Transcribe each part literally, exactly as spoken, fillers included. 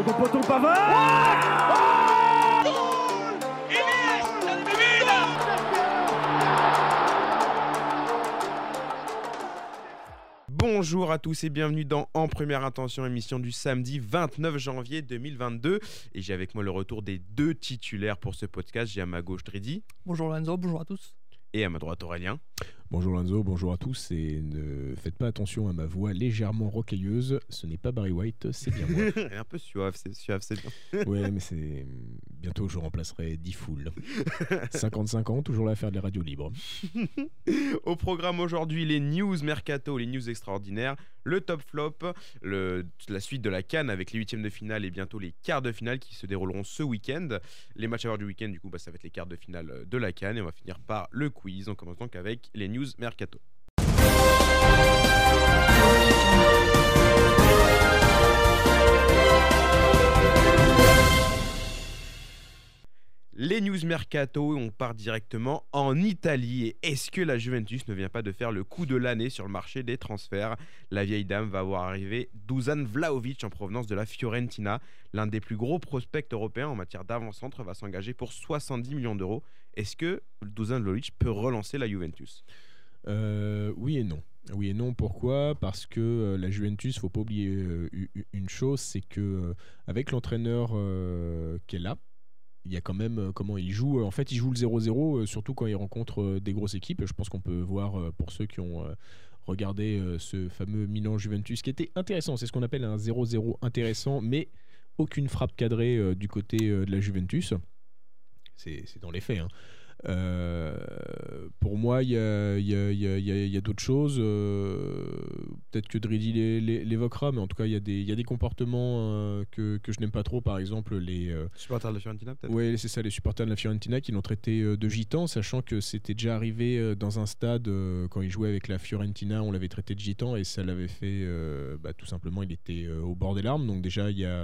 second poteau, Pavard. Bonjour à tous et bienvenue dans En Première Intention, émission du samedi vingt-neuf janvier deux mille vingt-deux. Et j'ai avec moi le retour des deux titulaires pour ce podcast. J'ai à ma gauche Dridi. Bonjour Lorenzo, bonjour à tous. Et à ma droite Aurélien. Bonjour Lorenzo, bonjour à tous. Et ne faites pas attention à ma voix légèrement rocailleuse. Ce n'est pas Barry White, c'est bien moi. Un peu suave, c'est suave, c'est bien. Ouais, mais c'est... Bientôt, je remplacerai D-Fool. cinquante-cinq ans, toujours là à faire des radios libres. Au programme aujourd'hui, les news mercato, les news extraordinaires, le top flop, le, la suite de la CAN avec les huitièmes de finale et bientôt les quarts de finale qui se dérouleront ce week-end. Les matchs à voir du week-end, du coup, bah, ça va être les quarts de finale de la CAN et on va finir par le quiz. On commence donc avec les news mercato. Les news mercato, on part directement en Italie. Et est-ce que la Juventus ne vient pas de faire le coup de l'année sur le marché des transferts? La vieille dame va voir arriver Dusan Vlahovic en provenance de la Fiorentina. L'un des plus gros prospects européens en matière d'avant-centre va s'engager pour soixante-dix millions d'euros. Est-ce que Dusan Vlahovic peut relancer la Juventus? euh, Oui et non. Oui et non, pourquoi ? Parce que euh, la Juventus, il ne faut pas oublier euh, une chose, c'est qu'avec euh, l'entraîneur euh, qu'elle a, il y a quand même euh, comment il joue. En fait, il joue le zéro zéro, euh, surtout quand il rencontre euh, des grosses équipes. Je pense qu'on peut voir, euh, pour ceux qui ont euh, regardé euh, ce fameux Milan-Juventus, qui était intéressant. C'est ce qu'on appelle un zéro zéro intéressant, mais aucune frappe cadrée euh, du côté euh, de la Juventus. C'est, c'est dans les faits, hein. Euh, pour moi, il y a, y a, y a, y a, y a d'autres choses. Euh, peut-être que Dridi les, les, l'évoquera, mais en tout cas, il y, y a des comportements euh, que, que je n'aime pas trop. Par exemple, les euh, supporters de la Fiorentina, peut-être. Oui, c'est ça, les supporters de la Fiorentina qui l'ont traité euh, de gitan, sachant que c'était déjà arrivé euh, dans un stade euh, quand il jouait avec la Fiorentina, on l'avait traité de gitan et ça l'avait fait euh, bah, tout simplement, il était euh, au bord des larmes. Donc déjà, il y a,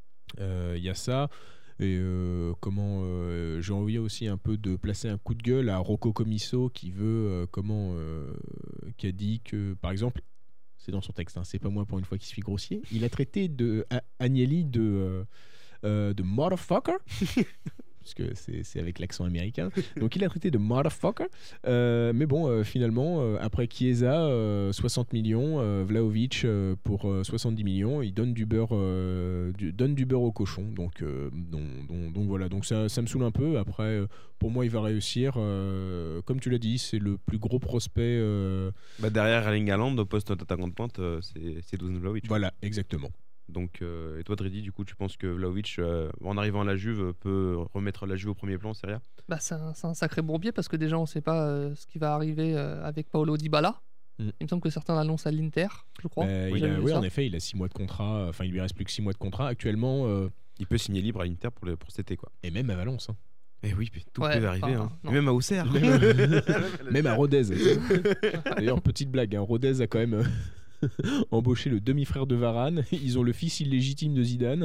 euh, y a ça. Et euh, comment euh, j'ai envie aussi un peu de placer un coup de gueule à Rocco Commisso qui veut euh, comment euh, qui a dit que par exemple, c'est dans son texte, hein, c'est pas moi pour une fois qui suis grossier, il a traité de a- Agnelli de euh, euh, de motherfucker parce que c'est, c'est avec l'accent américain, donc il a traité de motherfucker, euh, mais bon euh, finalement euh, après Chiesa euh, soixante millions, euh, Vlahovic euh, pour euh, soixante-dix millions, il donne du beurre euh, du, donne du beurre au cochon, donc, euh, donc, donc, donc voilà, donc ça, ça me saoule un peu. Après euh, pour moi il va réussir, euh, comme tu l'as dit, c'est le plus gros prospect euh... bah, derrière Erling Haaland au poste d'attaquant de pointe, euh, c'est, c'est Dusan Vlahovic. Voilà, exactement. Donc, euh, et toi, Dridi, du coup, tu penses que Vlahovic, euh, en arrivant à la Juve, peut remettre la Juve au premier plan en Serie A? Bah, c'est, un, c'est un sacré bourbier parce que déjà on ne sait pas euh, ce qui va arriver euh, avec Paolo Dybala. Mm. Il me semble que certains l'annoncent à l'Inter, je crois. Euh, oui, oui en effet, il a six mois de contrat. Enfin, il lui reste plus que six mois de contrat actuellement. Euh... Il peut signer libre à l'Inter pour, le, pour cet été, quoi. Et même à Valence. Hein. Et oui, tout ouais, peut arriver. Hein. Même à Auxerre. Même, même à Rodez. D'ailleurs, petite blague, hein, Rodez a quand même embauché le demi-frère de Varane. Ils ont le fils illégitime de Zidane.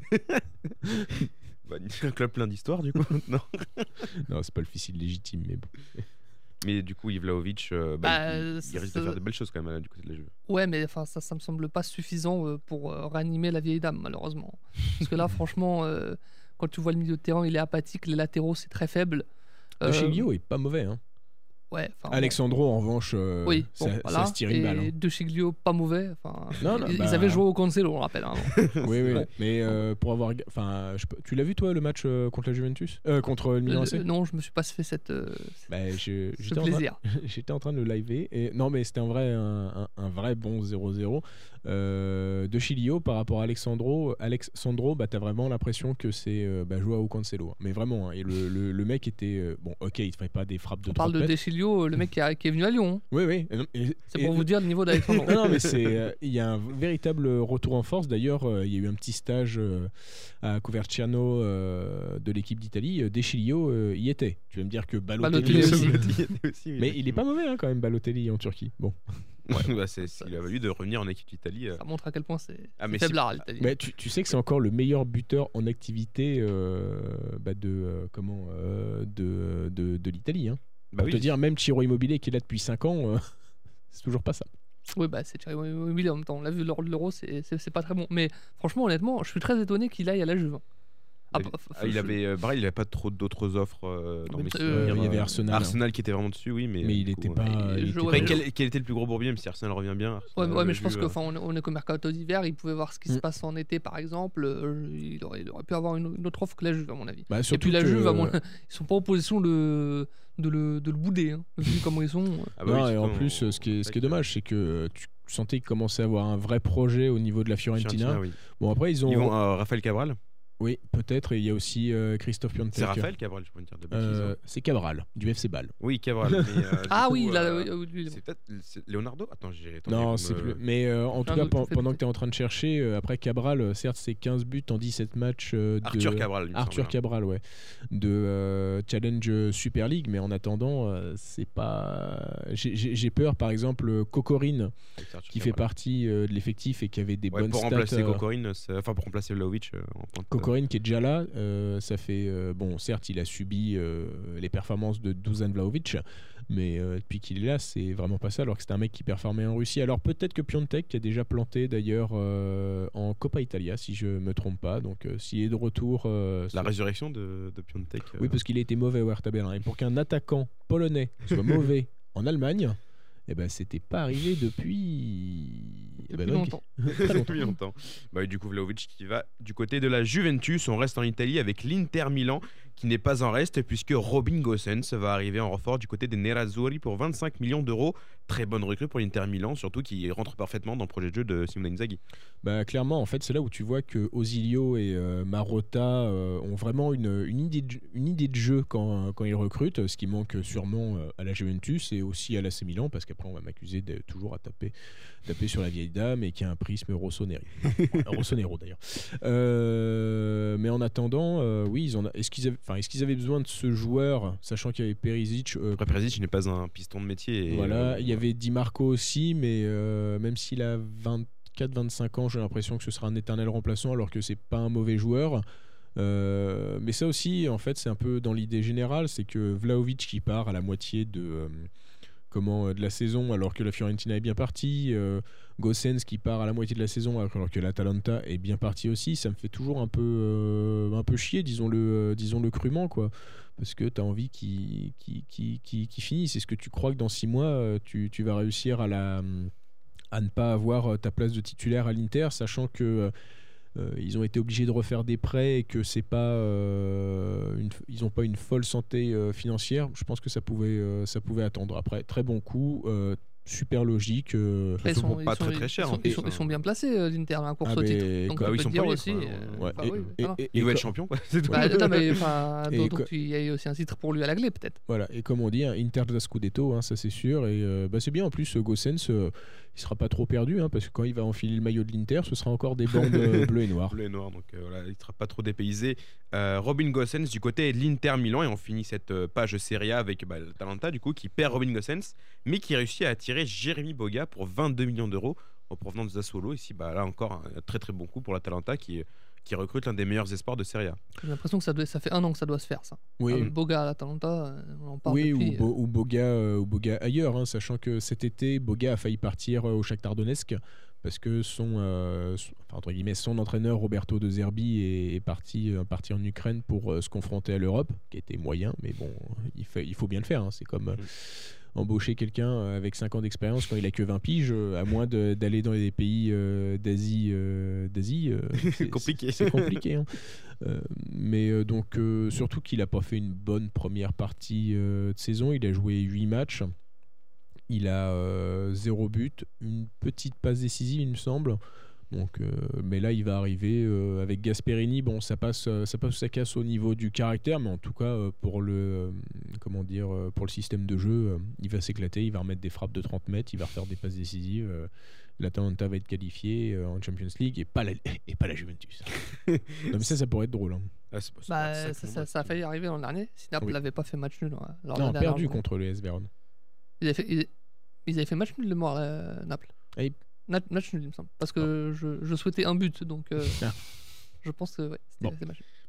Bah, un club plein d'histoires, du coup. Non, non, c'est pas le fils illégitime, mais bon. Mais du coup, Vlahovic, euh, bah, bah, il, il risque de faire de belles choses quand même là, du côté de la Juve. Ouais, mais ça, ça me semble pas suffisant euh, pour euh, réanimer la vieille dame, malheureusement. Parce que là, franchement, euh, quand tu vois le milieu de terrain, il est apathique, les latéraux, c'est très faible. De chez Lio est pas mauvais, hein. Ouais, Alexandro bon. en revanche euh, oui, ça, bon, voilà. ça se tire une balle, hein. De Chiglio pas mauvais, enfin, non, non, ils, bah... ils avaient joué au Cancelo, on le rappelle, hein. oui oui bon. Mais euh, pour avoir enfin je... tu l'as vu toi le match euh, contre la Juventus euh, contre le Milan A C? euh, non, je me suis pas fait cette euh, bah, je, ce j'étais plaisir en train... j'étais en train de le liver et non mais c'était un vrai un, un, un vrai bon zéro zéro euh, de Chilio par rapport à Alexandro Alexandro bah t'as vraiment l'impression que c'est euh, bah, Joao Cancelo, mais vraiment, hein. Et le, le, le mec était euh, bon, ok, il ne fait pas des frappes de on parle de Deschilio, le mec qui, a, qui est venu à Lyon. Oui oui et, et, c'est pour et, vous dire le niveau d'Alexandro. non, non mais c'est il euh, y a un véritable retour en force. D'ailleurs il euh, y a eu un petit stage euh, à Coverciano euh, de l'équipe d'Italie. Deschilio euh, y était. Tu vas me dire que Balotelli, Balotelli aussi. aussi. Mais il est pas mauvais, hein, quand même, Balotelli en Turquie. Bon. Ouais, bah c'est, il a valu de revenir en équipe d'Italie. Euh... Ça montre à quel point c'est, ah, c'est faiblard si... l'Italie. Mais tu, tu sais que c'est encore le meilleur buteur en activité euh, bah de euh, comment euh, de, de, de l'Italie. Hein. Bah Pour oui, te dire, même Ciro Immobile qui est là depuis cinq ans, euh, c'est toujours pas ça. Oui, bah c'est Thierry Immobilier en même temps. On l'a vu lors de l'Euro, c'est, c'est, c'est pas très bon. Mais franchement, honnêtement, je suis très étonné qu'il aille à la Juve. Ah, il, ah, il avait euh, pareil, il avait pas trop d'autres offres euh, dans mes euh, souvenirs. Il y avait Arsenal. Arsenal qui était vraiment dessus, oui, mais, mais euh, il était coup, pas. ouais. Il je, était ouais, pas... Quel, quel était le plus gros bourbier, même si Arsenal revient bien. Arsenal, ouais, ouais, mais je vu, pense euh... que enfin, on, on est qu'au mercato d'hiver, il pouvait voir ce qui Mm. se passe en été, par exemple. Euh, il, aurait, il aurait pu avoir une, une autre offre que la Juve, à mon avis. Bah, Et puis la que... Juve, à mon... ils sont pas en position de, de, le, de le bouder, hein, vu comment ils sont. Ah bah non, oui, et en on... plus, ce qui est, ce qui est dommage, c'est que tu sentais qu'ils commençaient à avoir un vrai projet au niveau de la Fiorentina. Fiorentina, oui. Bon, après, ils ont. Ils vont euh, Raphaël Cabral. Oui, peut-être. Et il y a aussi euh, Christophe Piontek. C'est Raphaël Cabral, je peux me dire de bêtises. Euh, hein. c'est Cabral, du F C Bâle. Oui, Cabral. Mais, euh, Ah coup, oui, là, euh, oui, lui, c'est peut-être c'est Leonardo. Attends, j'ai. Non, me... c'est plus. Mais euh, en tout Un cas, autre, pen- fais pendant douter. que tu es en train de chercher, euh, après Cabral, euh, certes, c'est quinze buts en dix-sept matchs. Euh, de... Arthur Cabral. Il me Arthur semble. Cabral, ouais. De euh, Challenge Super League. Mais en attendant, euh, c'est pas. J'ai- J'ai j'ai peur, par exemple, Kokorine, Avec Arthur qui fait Cabral. partie euh, de l'effectif et qui avait des Ouais, bonnes pour stats. remplacer euh, Kokorine, c'est- enfin pour remplacer Vlahovic euh, en pointe. Kokorine qui est déjà là, euh, ça fait euh, bon, certes, il a subi euh, les performances de Dusan Vlahovic, mais euh, depuis qu'il est là, c'est vraiment pas ça. Alors que c'était un mec qui performait en Russie. Alors peut-être que Piontek qui a déjà planté d'ailleurs euh, en Coppa Italia, si je me trompe pas. Donc euh, s'il est de retour, euh, La ça- résurrection de, de Piontek. euh, oui, parce qu'il a été mauvais au Hertha Berlin. Et pour qu'un attaquant polonais soit mauvais en Allemagne, eh ben c'était pas arrivé depuis. Eh ben, Depuis donc- longtemps. très longtemps. depuis longtemps. Bah, et du coup, Vlahovic qui va du côté de la Juventus. On reste en Italie avec l'Inter Milan qui n'est pas en reste puisque Robin Gosens va arriver en renfort du côté des Nerazzurri pour vingt-cinq millions d'euros. Très bonne recrue pour l'Inter Milan, surtout qui rentre parfaitement dans le projet de jeu de Simone Inzaghi. Bah, clairement, en fait, c'est là où tu vois que Osilio et euh, Marotta euh, ont vraiment une, une, idée de, une idée de jeu quand, quand ils recrutent, ce qui manque sûrement euh, à la Juventus et aussi à l'A C Milan, parce qu'après on va m'accuser de toujours à taper, taper sur la vieille dame et qui a un prisme rossoneri. Rossonero d'ailleurs. Euh, mais en attendant, euh, oui, ils en a, est-ce qu'ils avaient, enfin, est-ce qu'ils avaient besoin de ce joueur, sachant qu'il y avait Perisic euh, Après, Perisic n'est pas un piston de métier. Et, voilà, euh, il y avait Di Marco aussi, mais euh, même s'il a vingt-quatre vingt-cinq ans, j'ai l'impression que ce sera un éternel remplaçant, alors que c'est pas un mauvais joueur. Euh, mais ça aussi, en fait, c'est un peu dans l'idée générale, c'est que Vlahovic qui part à la moitié de, euh, comment, euh, de la saison, alors que la Fiorentina est bien partie, euh, Gosens qui part à la moitié de la saison, alors que l'Atalanta est bien partie aussi, ça me fait toujours un peu, euh, un peu chier, disons-le, euh, disons-le crûment, quoi. Parce que tu as envie qu'il qui, qui, qui, qui finisse. Est-ce que tu crois que dans six mois, euh, tu, tu vas réussir à, la, à ne pas avoir euh, ta place de titulaire à l'Inter, sachant que euh, ils ont été obligés de refaire des prêts et que c'est pas, euh, une, ils n'ont pas une folle santé euh, financière? Je pense que ça pouvait, euh, ça pouvait attendre. Après, très bon coup. Euh, super logique. Euh... Après, ils Surtout sont, pour pas ils sont- très, très ils cher, sont- en Ils plus, sont, ils hein. sont bien placés, euh, l'Inter, dans la course Ah, au mais- titre. Donc, bah on oui, peut ils sont dire premiers, aussi. quoi. euh, Ouais, bah et- oui, et- voilà. et- Il et va être co- champion, quoi. C'est tout. Bah, non, mais enfin, Et donc, co- donc, il y a eu aussi un titre pour lui à la clé, peut-être. Voilà, et comme on dit, hein, Inter da Scudetto, hein, ça c'est sûr. Et euh, bah, c'est bien en plus, euh, Gosens, euh, il sera pas trop perdu, hein, parce que quand il va enfiler le maillot de l'Inter, ce sera encore des bandes euh, bleues et noires. Bleu et noir, donc euh, voilà, il ne sera pas trop dépaysé. Euh, Robin Gosens du côté de l'Inter Milan, et on finit cette euh, page Serie A avec bah, l'Atalanta du coup qui perd Robin Gosens, mais qui réussit à attirer Jérémy Boga pour vingt-deux millions d'euros en provenance de Sassuolo. Ici, bah, là encore un très très bon coup pour l'Atalanta qui, qui recrute l'un des meilleurs espoirs de Serie A. J'ai l'impression que ça, doit, ça fait un an que ça doit se faire, ça. Oui, Ah, Boga à l'Atalanta, euh, on en parle oui ou, depuis. Bo- euh, ou Boga, euh, ou Boga ailleurs, hein, sachant que cet été, Boga a failli partir euh, au Shakhtar Donetsk parce que son, euh, son- enfin, entre guillemets, son entraîneur Roberto De Zerbi est, est parti, euh, parti en Ukraine pour euh, se confronter à l'Europe, qui était moyen, mais bon, il, fait, il faut bien le faire. Hein, c'est comme euh, embaucher quelqu'un euh, avec cinq ans d'expérience quand il a que vingt piges, euh, à moins de- d'aller dans des pays euh, d'Asie. euh, d'Asie euh, c'est Compliqué. C'est c'est compliqué. Hein. Euh, mais euh, donc, euh, surtout qu'il n'a pas fait une bonne première partie euh, de saison. Il a joué huit matchs. Il a euh, zéro but, une petite passe décisive, il me semble. Donc, euh, mais là, il va arriver euh, avec Gasperini. Bon, ça passe, euh, ça passe, ça casse au niveau du caractère, mais en tout cas, euh, pour le, euh, comment dire, euh, pour le système de jeu, euh, il va s'éclater. Il va remettre des frappes de trente mètres, il va refaire des passes décisives. Euh, L'Atalanta va être qualifié euh, en Champions League et pas la, et pas la Juventus. Non, mais ça, ça pourrait être drôle. Hein. Ah, c'est pas- c'est Bah, pas ça, sacrément ça, ça a bon. failli arriver l'an dernier si Naples Oui. n'avait pas fait match nul. Ouais, lors de Non, la dernière perdu journée. contre le S Vérone. Ils avaient fait, ils, ils avaient fait match nul, le mort, euh, Naples. Et- Na- match nul, il me semble. Parce que je, je souhaitais un but, donc euh, Ah. je pense que ouais, c'était Bon. c'était match nul.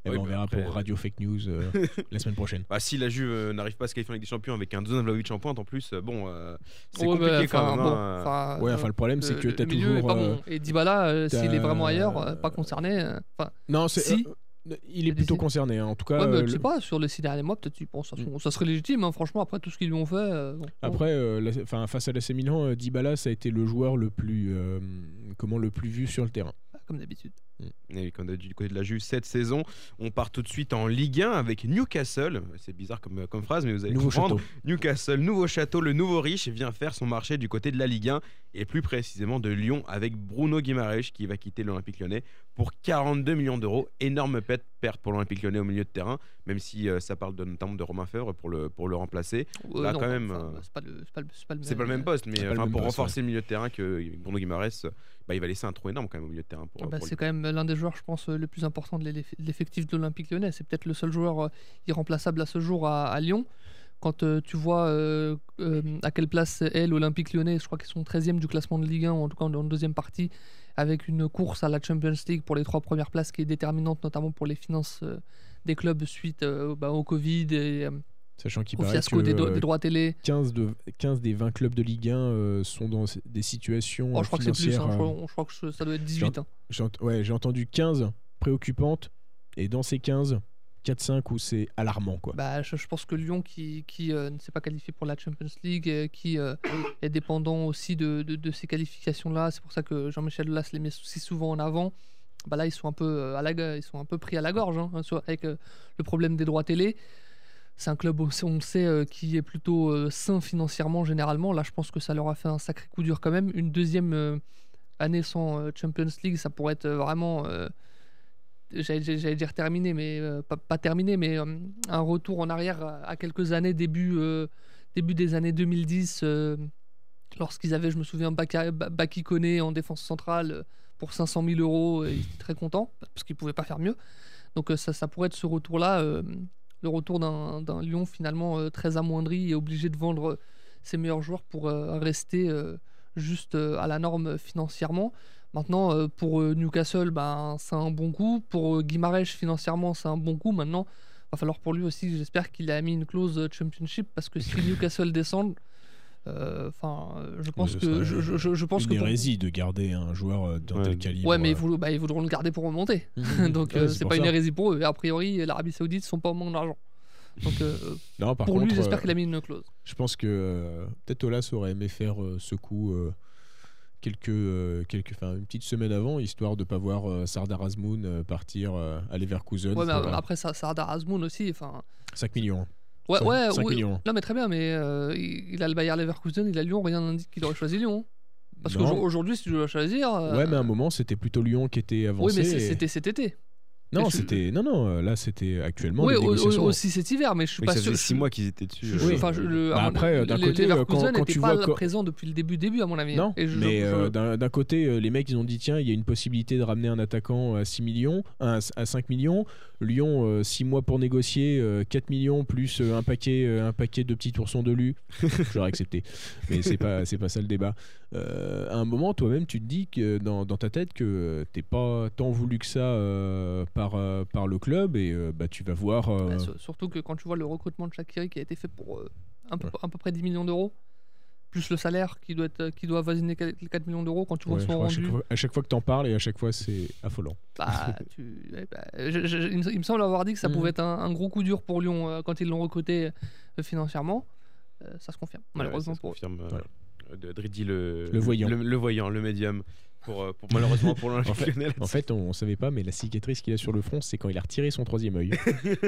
Et Oui, ben, on bah verra après, pour Radio Fake News euh, la semaine prochaine. Bah, si la Juve euh, n'arrive pas à se qualifier avec des champions avec un Dusan Vlahovic en pointe en plus, euh, bon, euh, c'est Ouais, compliqué bah, quand enfin, même. bon, hein. enfin, Ouais, euh, enfin le problème c'est le- que le t'as milieu est toujours. pas euh, bon. Et Dybala, euh, t'as- s'il est vraiment ailleurs, euh, pas concerné. euh, Enfin, Non, c'est. Si. euh, il est des- plutôt concerné. hein. En tout cas, ouais, mais euh, tu sais le- pas, sur les six derniers mois, peut-être tu penses, ça, Mm. ça serait légitime, hein, franchement, après tout ce qu'ils lui ont fait. euh, bon. après, euh, la- enfin, face à l'A C Milan, euh, Dybala ça a été le joueur le plus, euh, comment le plus vu sur le terrain. Bon, comme d'habitude. Et quand on a dit du côté de la Juve cette saison, on part tout de suite en Ligue un avec Newcastle. C'est bizarre comme, comme phrase, mais vous allez Nouveau comprendre. château. Newcastle, nouveau château, le nouveau riche vient faire son marché du côté de la Ligue un et plus précisément de Lyon avec Bruno Guimaraes qui va quitter l'Olympique Lyonnais pour quarante-deux millions d'euros. Énorme perte perte pour l'Olympique Lyonnais au milieu de terrain, même si euh, ça parle de, notamment de Romain Fèvre pour le, pour le remplacer. Ouais, Là, non, quand même, enfin, euh, c'est pas le, c'est pas le, c'est pas le C'est pas le même euh, poste, mais C'est pas le enfin, même pour poste, renforcer le milieu de terrain que Bruno Guimaraes, bah, il va laisser un trou énorme quand même au milieu de terrain. Pour, Bah, pour c'est lui. quand même l'un des joueurs, je pense, euh, le plus important de l'eff- de l'effectif de l'Olympique Lyonnais. C'est peut-être le seul joueur euh, irremplaçable à ce jour à, à Lyon. Quand euh, tu vois euh, euh, à quelle place est l'Olympique Lyonnais, je crois qu'ils sont treizième du classement de Ligue un, ou en tout cas en deuxième partie, avec une course à la Champions League pour les trois premières places qui est déterminante, notamment pour les finances euh, des clubs suite euh, bah, au Covid et euh, Sachant qu'il au paraît fiasco que des, do- euh, des droits télé. quinze, de, quinze des vingt clubs de Ligue un euh, sont dans des situations Oh, euh, je crois que c'est plus, financières. hein, je, euh, crois, je crois que ça doit être dix-huit. hein. j'ai, ent- ouais, j'ai entendu quinze préoccupantes, et dans ces quinze, quatre cinq où c'est alarmant. Quoi. Bah, je, je pense que Lyon, qui, qui euh, ne s'est pas qualifié pour la Champions League, euh, qui euh, est dépendant aussi de, de, de ces qualifications-là, c'est pour ça que Jean-Michel Aulas les met si souvent en avant. Bah là, ils sont un peu, euh, à la, ils sont un peu pris à la gorge hein, sur- avec euh, le problème des droits télé. C'est un club, aussi, on le sait, euh, qui est plutôt euh, sain financièrement généralement. Là, je pense que ça leur a fait un sacré coup dur quand même. Une deuxième euh, année sans euh, Champions League, ça pourrait être euh, vraiment... euh, J'allais, j'allais dire terminé, mais euh, pas, pas terminé, mais euh, un retour en arrière à, à quelques années, début, euh, début des années deux mille dix, euh, lorsqu'ils avaient, je me souviens, Baka- Ba- Baki Koné en défense centrale euh, pour cinq cent mille euros, et ils étaient très contents, parce qu'ils ne pouvaient pas faire mieux. Donc euh, ça, ça pourrait être ce retour-là, euh, le retour d'un, d'un Lyon finalement euh, très amoindri et obligé de vendre euh, ses meilleurs joueurs pour euh, rester euh, juste euh, à la norme financièrement. Maintenant, euh, pour euh, Newcastle, ben, c'est un bon coup. Pour euh, Guimaraes, financièrement, c'est un bon coup. Maintenant, il va falloir pour lui aussi, j'espère qu'il a mis une clause euh, Championship, parce que si Newcastle descend, euh, enfin, euh, je pense Ce que serait je, je- je- je pense une que pour- hérésie de garder un joueur euh, d'un Ouais. tel calibre. ouais, mais ils, euh. voudront- bah, ils voudront le garder pour remonter. Donc, Ouais, euh, c'est c'est pour pas une ça. hérésie pour eux. Et a priori, l'Arabie Saoudite ne sont pas au manque d'argent. Donc, euh, Non, par pour contre, lui, j'espère euh, qu'il a mis une clause. je pense que euh, peut-être Olas aurait aimé faire euh, ce coup euh, quelques, euh, quelques, enfin, une petite semaine avant, histoire de ne pas voir euh, Sardar Azmoun euh, partir euh, à Leverkusen. Ouais, mais pour, euh, après, ça, Sardar Azmoun aussi. Enfin, cinq millions. hein. ouais, Cinq- ouais, cinq oui. millions. Non, mais très bien, mais euh, il, il a le Bayer Leverkusen, il a Lyon, rien n'indique qu'il aurait choisi Lyon. Parce Non. qu'aujourd'hui, si tu dois choisir. euh, Ouais, mais à un moment, c'était plutôt Lyon qui était Oui, avancé. mais c'est- et- c'était cet été. Non, et je- c'était non, non. euh, Là, c'était actuellement Oui, des au- au- négociations. aussi cet hiver, mais je suis Oui, pas ça sûr. faisait je- six mois qu'ils étaient dessus. je- euh, Oui. enfin, je- le- Bah à mon- après, d'un les- côté, les euh, Leverkusen quand- quand n'étaient tu pas vois là quand- présents depuis le début, début à mon avis. Non, Et je- mais je- euh, d'un d'un côté, euh, les mecs, ils ont dit tiens, il y a une possibilité de ramener un attaquant à six millions, à, à cinq millions. Lyon, euh, six mois pour négocier, euh, quatre millions plus euh, un paquet, euh, un paquet de petits oursons de lu. J'aurais accepté, mais c'est pas, c'est pas ça le débat. Euh, à un moment, toi-même, tu te dis que dans, dans ta tête que t'es pas tant voulu que ça euh, par, euh, par le club, et euh, bah tu vas voir. euh, Bah, sur- surtout que quand tu vois le recrutement de Shaqiri qui a été fait pour euh, un peu, Ouais. à peu près dix millions d'euros, plus le salaire qui doit, être, qui doit avoisiner les quatre millions d'euros, quand tu vois ouais, je son crois à, chaque rendu, fois, à chaque fois que t'en parles, et à chaque fois, c'est affolant. bah, tu, ouais, bah, je- je- il, me, il me semble avoir dit que ça Mhm. pouvait être un, un gros coup dur pour Lyon euh, quand ils l'ont recruté euh, financièrement. Euh, ça se confirme, malheureusement Ouais, ça se pour eux. confirme. euh, Voilà. de Dridi le, Le voyant. le, le voyant, le médium. Pour, euh, pour- malheureusement pour l'Olympique En fait- Lyonnais. En fait, on, on savait pas, mais la cicatrice qu'il a sur le front, c'est quand il a retiré son troisième œil.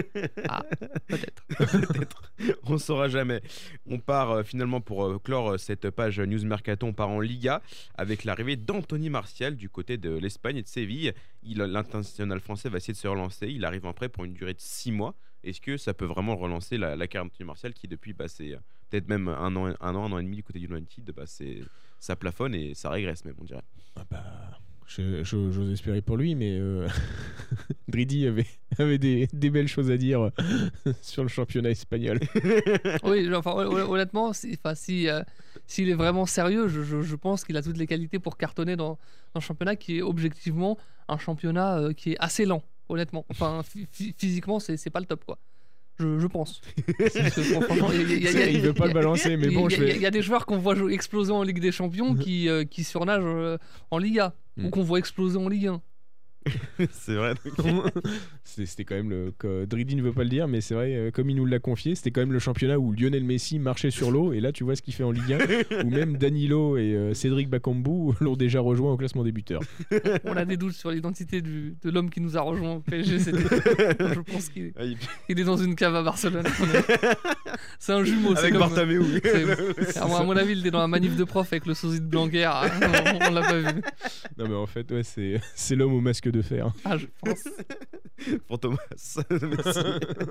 Ah, peut-être. Peut-être. On saura jamais. On part euh, finalement pour euh, clore euh, cette page News Mercato. On part en Liga avec l'arrivée d'Anthony Martial du côté de l'Espagne et de Séville. Il, l'international français va essayer de se relancer. Il arrive en prêt pour une durée de six mois. Est-ce que ça peut vraiment relancer la, la carrière d'Anthony Martial qui depuis bah, c'est euh, peut-être même un an, un an, un an et demi du côté du United, bah, c'est, ça plafonne et ça régresse même, on dirait. Ah bah, je- je- j'ose espérer pour lui, mais euh, Dridi avait, avait des, des belles choses à dire sur le championnat espagnol. Oui, enfin, hon- hon- honnêtement, si, enfin, si, euh, s'il est vraiment sérieux, je, je- je pense qu'il a toutes les qualités pour cartonner dans, dans un championnat qui est objectivement un championnat euh, qui est assez lent. honnêtement. Enfin, phy- physiquement, c'est, c'est pas le top, quoi. Je, je pense. Parce que, franchement, il y a- il y a- il y a- Il veut pas le balancer, mais il y a- bon, il je y a- vais. il y a des joueurs qu'on voit jouer- exploser en Ligue des Champions qui, euh, qui surnagent euh, en Liga. Mm. Ou qu'on voit exploser en Ligue un. C'est vrai. C'était c'était quand même le. que Dridi ne veut pas le dire, mais c'est vrai, euh, comme il nous l'a confié, c'était quand même le championnat où Lionel Messi marchait sur l'eau. Et là, tu vois ce qu'il fait en Ligue un, où même Danilo et euh, Cédric Bakambu l'ont déjà rejoint au classement des buteurs. On a des doutes sur l'identité du- de l'homme qui nous a rejoint au P S G. C'était- Je pense qu'il est, Ah, il- il est dans une cave à Barcelone. C'est un jumeau. c'est Avec comme- Bartomeu. c'est- À mon, à mon avis, il était dans la manif de prof avec le sosie de Blanquer. hein, On, on l'a pas vu. Non, mais en fait, ouais, c'est c'est l'homme au masque de fer. Ah, je pense. Pour Thomas. Merci.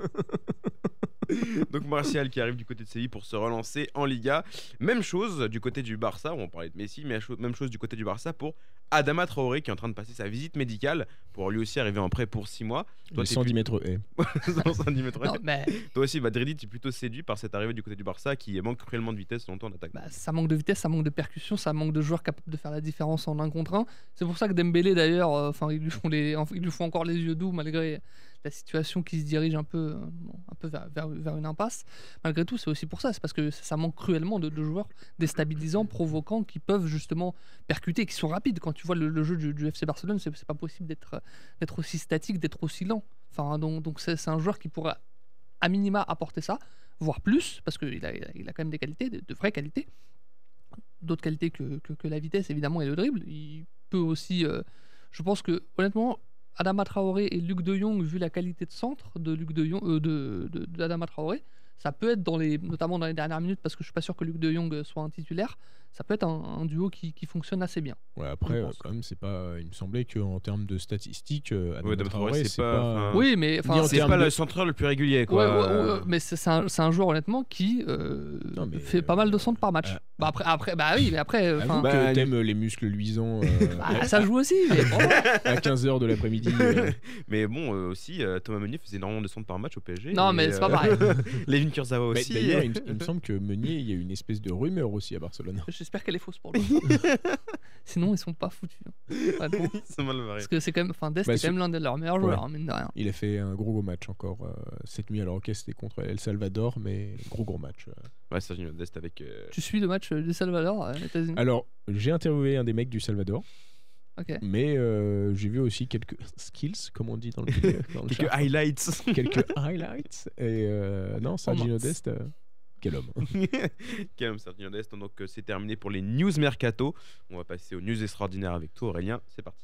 Donc Martial qui arrive du côté de Séville pour se relancer en Liga. Même chose du côté du Barça, où on parlait de Messi, mais même chose du côté du Barça pour Adama Traoré qui est en train de passer sa visite médicale pour lui aussi arriver en prêt pour six mois. Les cent dix mètres haies. cent dix mètres. Non, mais Toi aussi, Madrid, tu es plutôt séduit par cette arrivée du côté du Barça qui manque cruellement de vitesse selon toi en attaque. bah, ça manque de vitesse, ça manque de percussion, ça manque de joueurs capables de faire la différence en un contre un. C'est pour ça que Dembélé d'ailleurs, euh, enfin ils lui font les, enfin, ils lui font encore les yeux doux malgré la situation qui se dirige un peu, euh, bon, un peu vers, vers, vers une impasse. Malgré tout, c'est aussi pour ça, c'est parce que ça manque cruellement de, de joueurs déstabilisants, provoquants, qui peuvent justement percuter, qui sont rapides. Quand tu vois le, le jeu du, du F C Barcelone, c'est, c'est pas possible d'être, d'être aussi statique, d'être aussi lent. Enfin, donc, donc c'est, c'est un joueur qui pourrait à minima apporter ça, voire plus, parce qu'il a, il a, il a quand même des qualités, de, de vraies qualités. D'autres qualités que, que, que la vitesse évidemment et le dribble. Il peut aussi, euh, je pense que honnêtement, Adama Traoré et Luc de Jong, vu la qualité de centre de Luc de Jong, euh, de, de, d'Adama Traoré, ça peut être dans les, notamment dans les dernières minutes, parce que je suis pas sûr que Luc de Jong soit un titulaire, ça peut être un, un duo qui, qui fonctionne assez bien. Ouais, après, Je euh, pense. quand même, c'est pas. Il me semblait qu'en termes de statistiques, euh, Adama Ouais, Adama Traoré, Traoré, c'est c'est pas. pas- Enfin, Oui, mais Ni enfin, en C'est termes pas de- le central le plus régulier, ouais, quoi. ouais, ouais, Euh, ouais, mais c'est, c'est, un, c'est un joueur honnêtement qui euh, Non, mais, fait pas mal de centres par match. euh, bah après, après, bah oui, mais après, euh, Avoue enfin, bah, que les- t'aimes les muscles luisants euh, bah, ça joue aussi. Mais bon, à quinze heures de l'après-midi. euh, Mais bon, euh, aussi, euh, Thomas Meunier faisait énormément de centres par match au P S G. non, et, mais c'est euh, pas pareil. Levin Kurzawa bah, aussi. D'ailleurs, il, me- il me semble que Meunier, il y a une espèce de rumeur aussi à Barcelone. J'espère qu'elle est fausse pour lui. Sinon, ils sont pas foutus. hein. Vraiment. C'est mal barré. Parce que c'est quand même, enfin, Dest Bah, est sur- quand même l'un de leurs meilleurs Ouais. joueurs, hein, mine de rien. Il a fait un gros gros match encore euh, cette nuit. Alors, ok, c'était contre El Salvador, mais gros gros match. euh. Ouais, Sergio Dest avec. euh, Tu suis le match euh, du Salvador euh, aux États-Unis. Alors, j'ai interviewé un des mecs du Salvador, Ok. mais euh, j'ai vu aussi quelques skills, comme on dit dans le, dans le Quelques chat. highlights. quelques highlights. Et euh, non, Sergio mince. Dest, euh, quel homme. Quel homme, Sergio Dest. Donc, euh, c'est terminé pour les news mercato. On va passer aux news extraordinaires avec toi, Aurélien. C'est parti.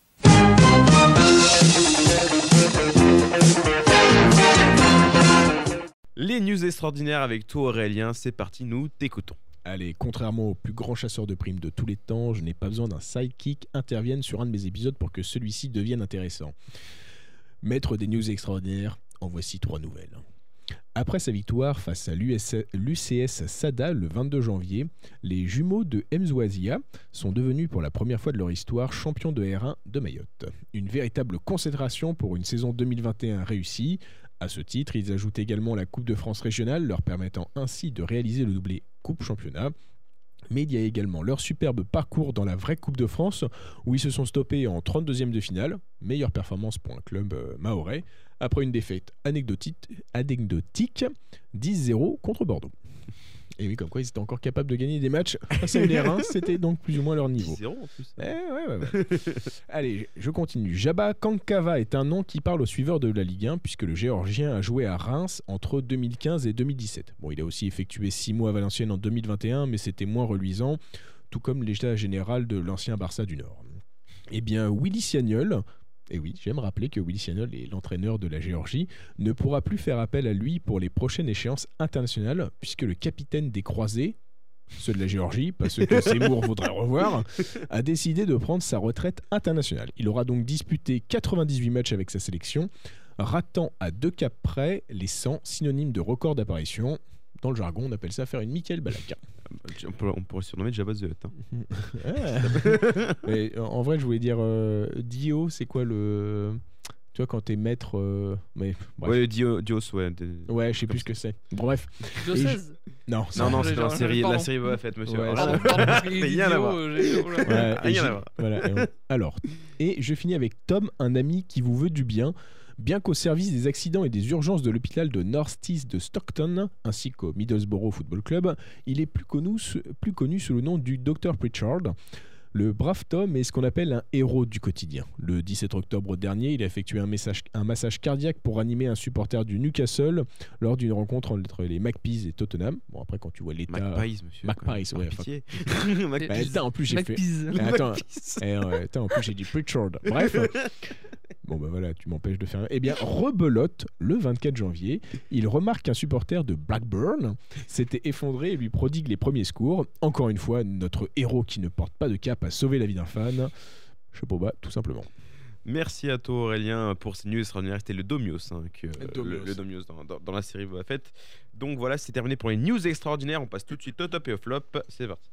Les news extraordinaires avec toi, Aurélien. C'est parti, nous t'écoutons. Allez, contrairement au plus grand chasseur de primes de tous les temps, je n'ai pas besoin d'un sidekick intervienne sur un de mes épisodes pour que celui-ci devienne intéressant. Maître des news extraordinaires, en voici trois nouvelles. Après sa victoire face à l'U S l'U C S Sada le vingt-deux janvier, les jumeaux de Mzouazia sont devenus pour la première fois de leur histoire champions de R un de Mayotte. Une véritable consécration pour une saison deux mille vingt et un réussie. À ce titre, ils ajoutent également la Coupe de France régionale, leur permettant ainsi de réaliser le doublé Coupe-Championnat. Mais il y a également leur superbe parcours dans la vraie Coupe de France, où ils se sont stoppés en trente-deuxième de finale, meilleure performance pour un club euh, mahorais, après une défaite anecdotique, anecdotique dix zéro contre Bordeaux. Et oui, comme quoi ils étaient encore capables de gagner des matchs face à une R un, c'était donc plus ou moins leur niveau. dix zéro en plus. Eh, ouais, ouais, ouais. Allez, je continue. Jaba Kankava est un nom qui parle aux suiveurs de la Ligue un, puisque le Géorgien a joué à Reims entre deux mille quinze et deux mille dix-sept. Bon, il a aussi effectué six mois à Valenciennes en deux mille vingt et un, mais c'était moins reluisant, tout comme l'état général de l'ancien Barça du Nord. Eh bien, Willy Sagnol, et oui, j'aime rappeler que Willy Sagnol est l'entraîneur de la Géorgie, ne pourra plus faire appel à lui pour les prochaines échéances internationales, puisque le capitaine des Croisés, ceux de la Géorgie, pas ceux que Seymour voudrait revoir, a décidé de prendre sa retraite internationale. Il aura donc disputé quatre-vingt-dixhuit matchs avec sa sélection, ratant à deux caps près les cent synonymes de record d'apparition. Dans le jargon, on appelle ça faire une Michael Balaka. On, peut, on pourrait surnommer Jabba the Hutt. Hein. Ah. Mais, en vrai, je voulais dire euh, Dio, c'est quoi le. Tu vois, quand t'es maître. euh, Mais, bref. Ouais, Dio, Dios, ouais. de- Ouais, je sais plus ce que c'est. Bref. Diocèse. Non, ça- Non, non, c'est J'ai- dans la j'ai- série, pardon. la série Boba Fett, monsieur. Ouais, Alors Pardon, là, pardon, parce qu'il dit Rien à Dio, voir. euh, j'ai- oh là. Ouais, et Rien j'ai- à voir. voilà, et on- Alors, et je finis avec Tom, un ami qui vous veut du bien. Bien qu'au service des accidents et des urgences de l'hôpital de North East de Stockton, ainsi qu'au Middlesbrough Football Club, il est plus connu, plus connu sous le nom du docteur Pritchard. Le brave Tom est ce qu'on appelle un héros du quotidien. Le dix-sept octobre dernier, il a effectué un, message, un massage cardiaque pour animer un supporter du Newcastle lors d'une rencontre entre les Magpies et Tottenham. Bon, après, quand tu vois l'état... Magpies, monsieur. Magpies, quand même. ouais, Par pitié. Bah, Magpies. attends, en plus, j'ai fait... Magpies. Eh, attends, Magpies. eh, ouais, attends, en plus, j'ai dit Pritchard. Bref. Bon, bah voilà, tu m'empêches de faire... Eh bien, rebelote, le vingt-quatre janvier, il remarque qu'un supporter de Blackburn s'était effondré et lui prodigue les premiers secours. Encore une fois, notre héros qui ne porte pas de cape a sauvé la vie d'un fan. Chapeau bas, tout simplement. Merci à toi Aurélien pour ces news extraordinaires. C'était le Domios, hein, que, Le Domios. le, le Domios dans, dans- dans la série Boba Fett. Donc voilà, c'est terminé pour les news extraordinaires. On passe tout de suite au top et au flop. C'est parti.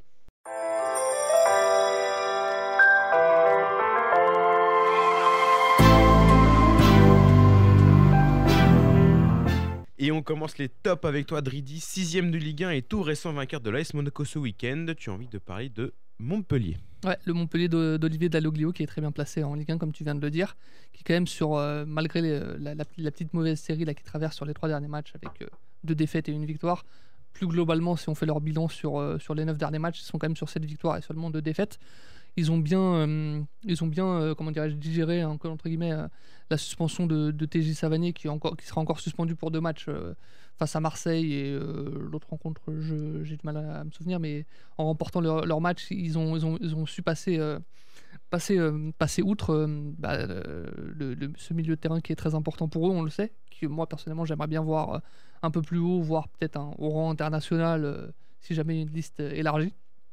Et on commence les tops avec toi, Dridi, sixième de Ligue un et tout récent vainqueur de l'A S Monaco ce week-end. Tu as envie de parler de Montpellier. Ouais, le Montpellier de- d'Olivier Dalloglio qui est très bien placé en Ligue un, comme tu viens de le dire, qui quand même sur, euh, malgré les- la, la- la petite mauvaise série là, qui traverse sur les trois derniers matchs avec euh, deux défaites et une victoire, plus globalement, si on fait leur bilan sur, euh, sur les neuf derniers matchs, ils sont quand même sur sept victoires et seulement deux défaites. Ils ont bien, euh, ils ont bien euh, comment dirais-je, digéré hein, entre guillemets, euh, la suspension de, de T J Savanier qui, est encore, qui sera encore suspendu pour deux matchs euh, face à Marseille et euh, l'autre rencontre, je- j'ai du mal à, à me souvenir, mais en remportant leur, leur match, ils ont, ils ont, ils ont su passer, euh, passer, euh, passer outre euh, bah, euh, le, le- ce milieu de terrain qui est très important pour eux, on le sait, que moi personnellement j'aimerais bien voir euh, un peu plus haut, voire peut-être un, au rang international euh, si jamais une liste euh, élargie.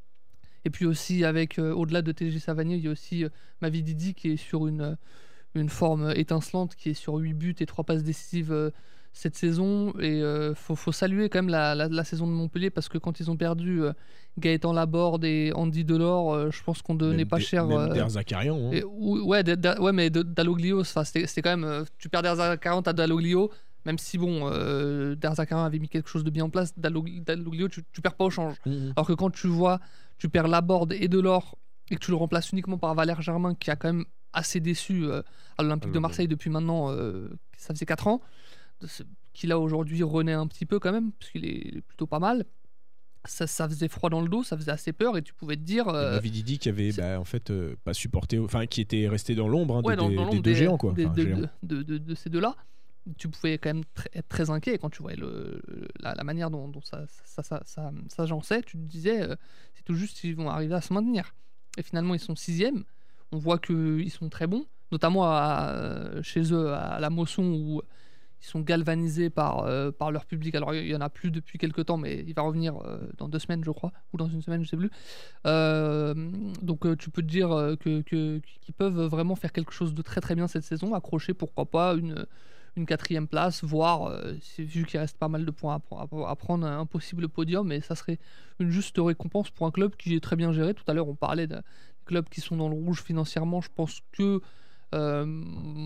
Et puis aussi, avec euh, au-delà de T J Savanier, il y a aussi euh, Mavi Didi qui est sur une, euh, une forme étincelante, qui est sur huit buts et trois passes décisives euh, cette saison. Et il euh, faut, faut saluer quand même la, la, la saison de Montpellier parce que quand ils ont perdu euh, Gaëtan Laborde et Andy Delors, euh, je pense qu'on donnait Même pas des- cher. Même euh, Der Zakarian. Hein. et- ou- ouais, da- da- ouais, mais de- Dalloglio, enfin, c'était c'était quand même. euh, tu perds Der Zakarian, t'as Dalloglio. Même si, bon, euh, Der Zakarian avait mis quelque chose de bien en place, Dallog- Dalloglio, tu, tu perds pas au change. Mhm. Alors que quand tu vois, tu perds Laborde et Delors et que tu le remplaces uniquement par Valère Germain, qui a quand même assez déçu euh, à l'Olympique de Alors, Marseille depuis maintenant, euh, ça faisait quatre ans, de ce- qu'il a aujourd'hui renaît un petit peu quand même, parce qu'il est, il est plutôt pas mal. Ça, ça faisait froid dans le dos, ça faisait assez peur, et tu pouvais te dire. Et euh, Mavi Didi qui avait c'est- bah, en fait euh, pas supporté, enfin qui était resté dans l'ombre hein, ouais, des, dans- des- dans des l'ombre deux géants quoi. des- Enfin, de, géants. de- de- de- de ces deux-là, tu pouvais quand même tr- être très inquiet. Et quand tu voyais le, la, la manière dont, dont ça, ça, ça, ça, s'agençait, tu te disais, euh, c'est tout juste s'ils vont arriver à se maintenir. Et finalement, ils sont sixième. On voit qu'ils sont très bons, notamment à- euh, chez eux à la Mosson où ils sont galvanisés par, euh, par leur public. Alors, il y en a plus depuis quelques temps, mais il va revenir euh, dans deux semaines, je crois, ou dans une semaine, je sais plus. Euh, donc, euh, tu peux te dire euh, que, que- qu'ils peuvent vraiment faire quelque chose de très très bien cette saison, accrocher pourquoi pas une, une quatrième place, voire, euh, c'est- vu qu'il reste pas mal de points à, pre- à prendre, un possible podium, et ça serait une juste récompense pour un club qui est très bien géré. Tout à l'heure, on parlait de clubs qui sont dans le rouge financièrement. Je pense que euh,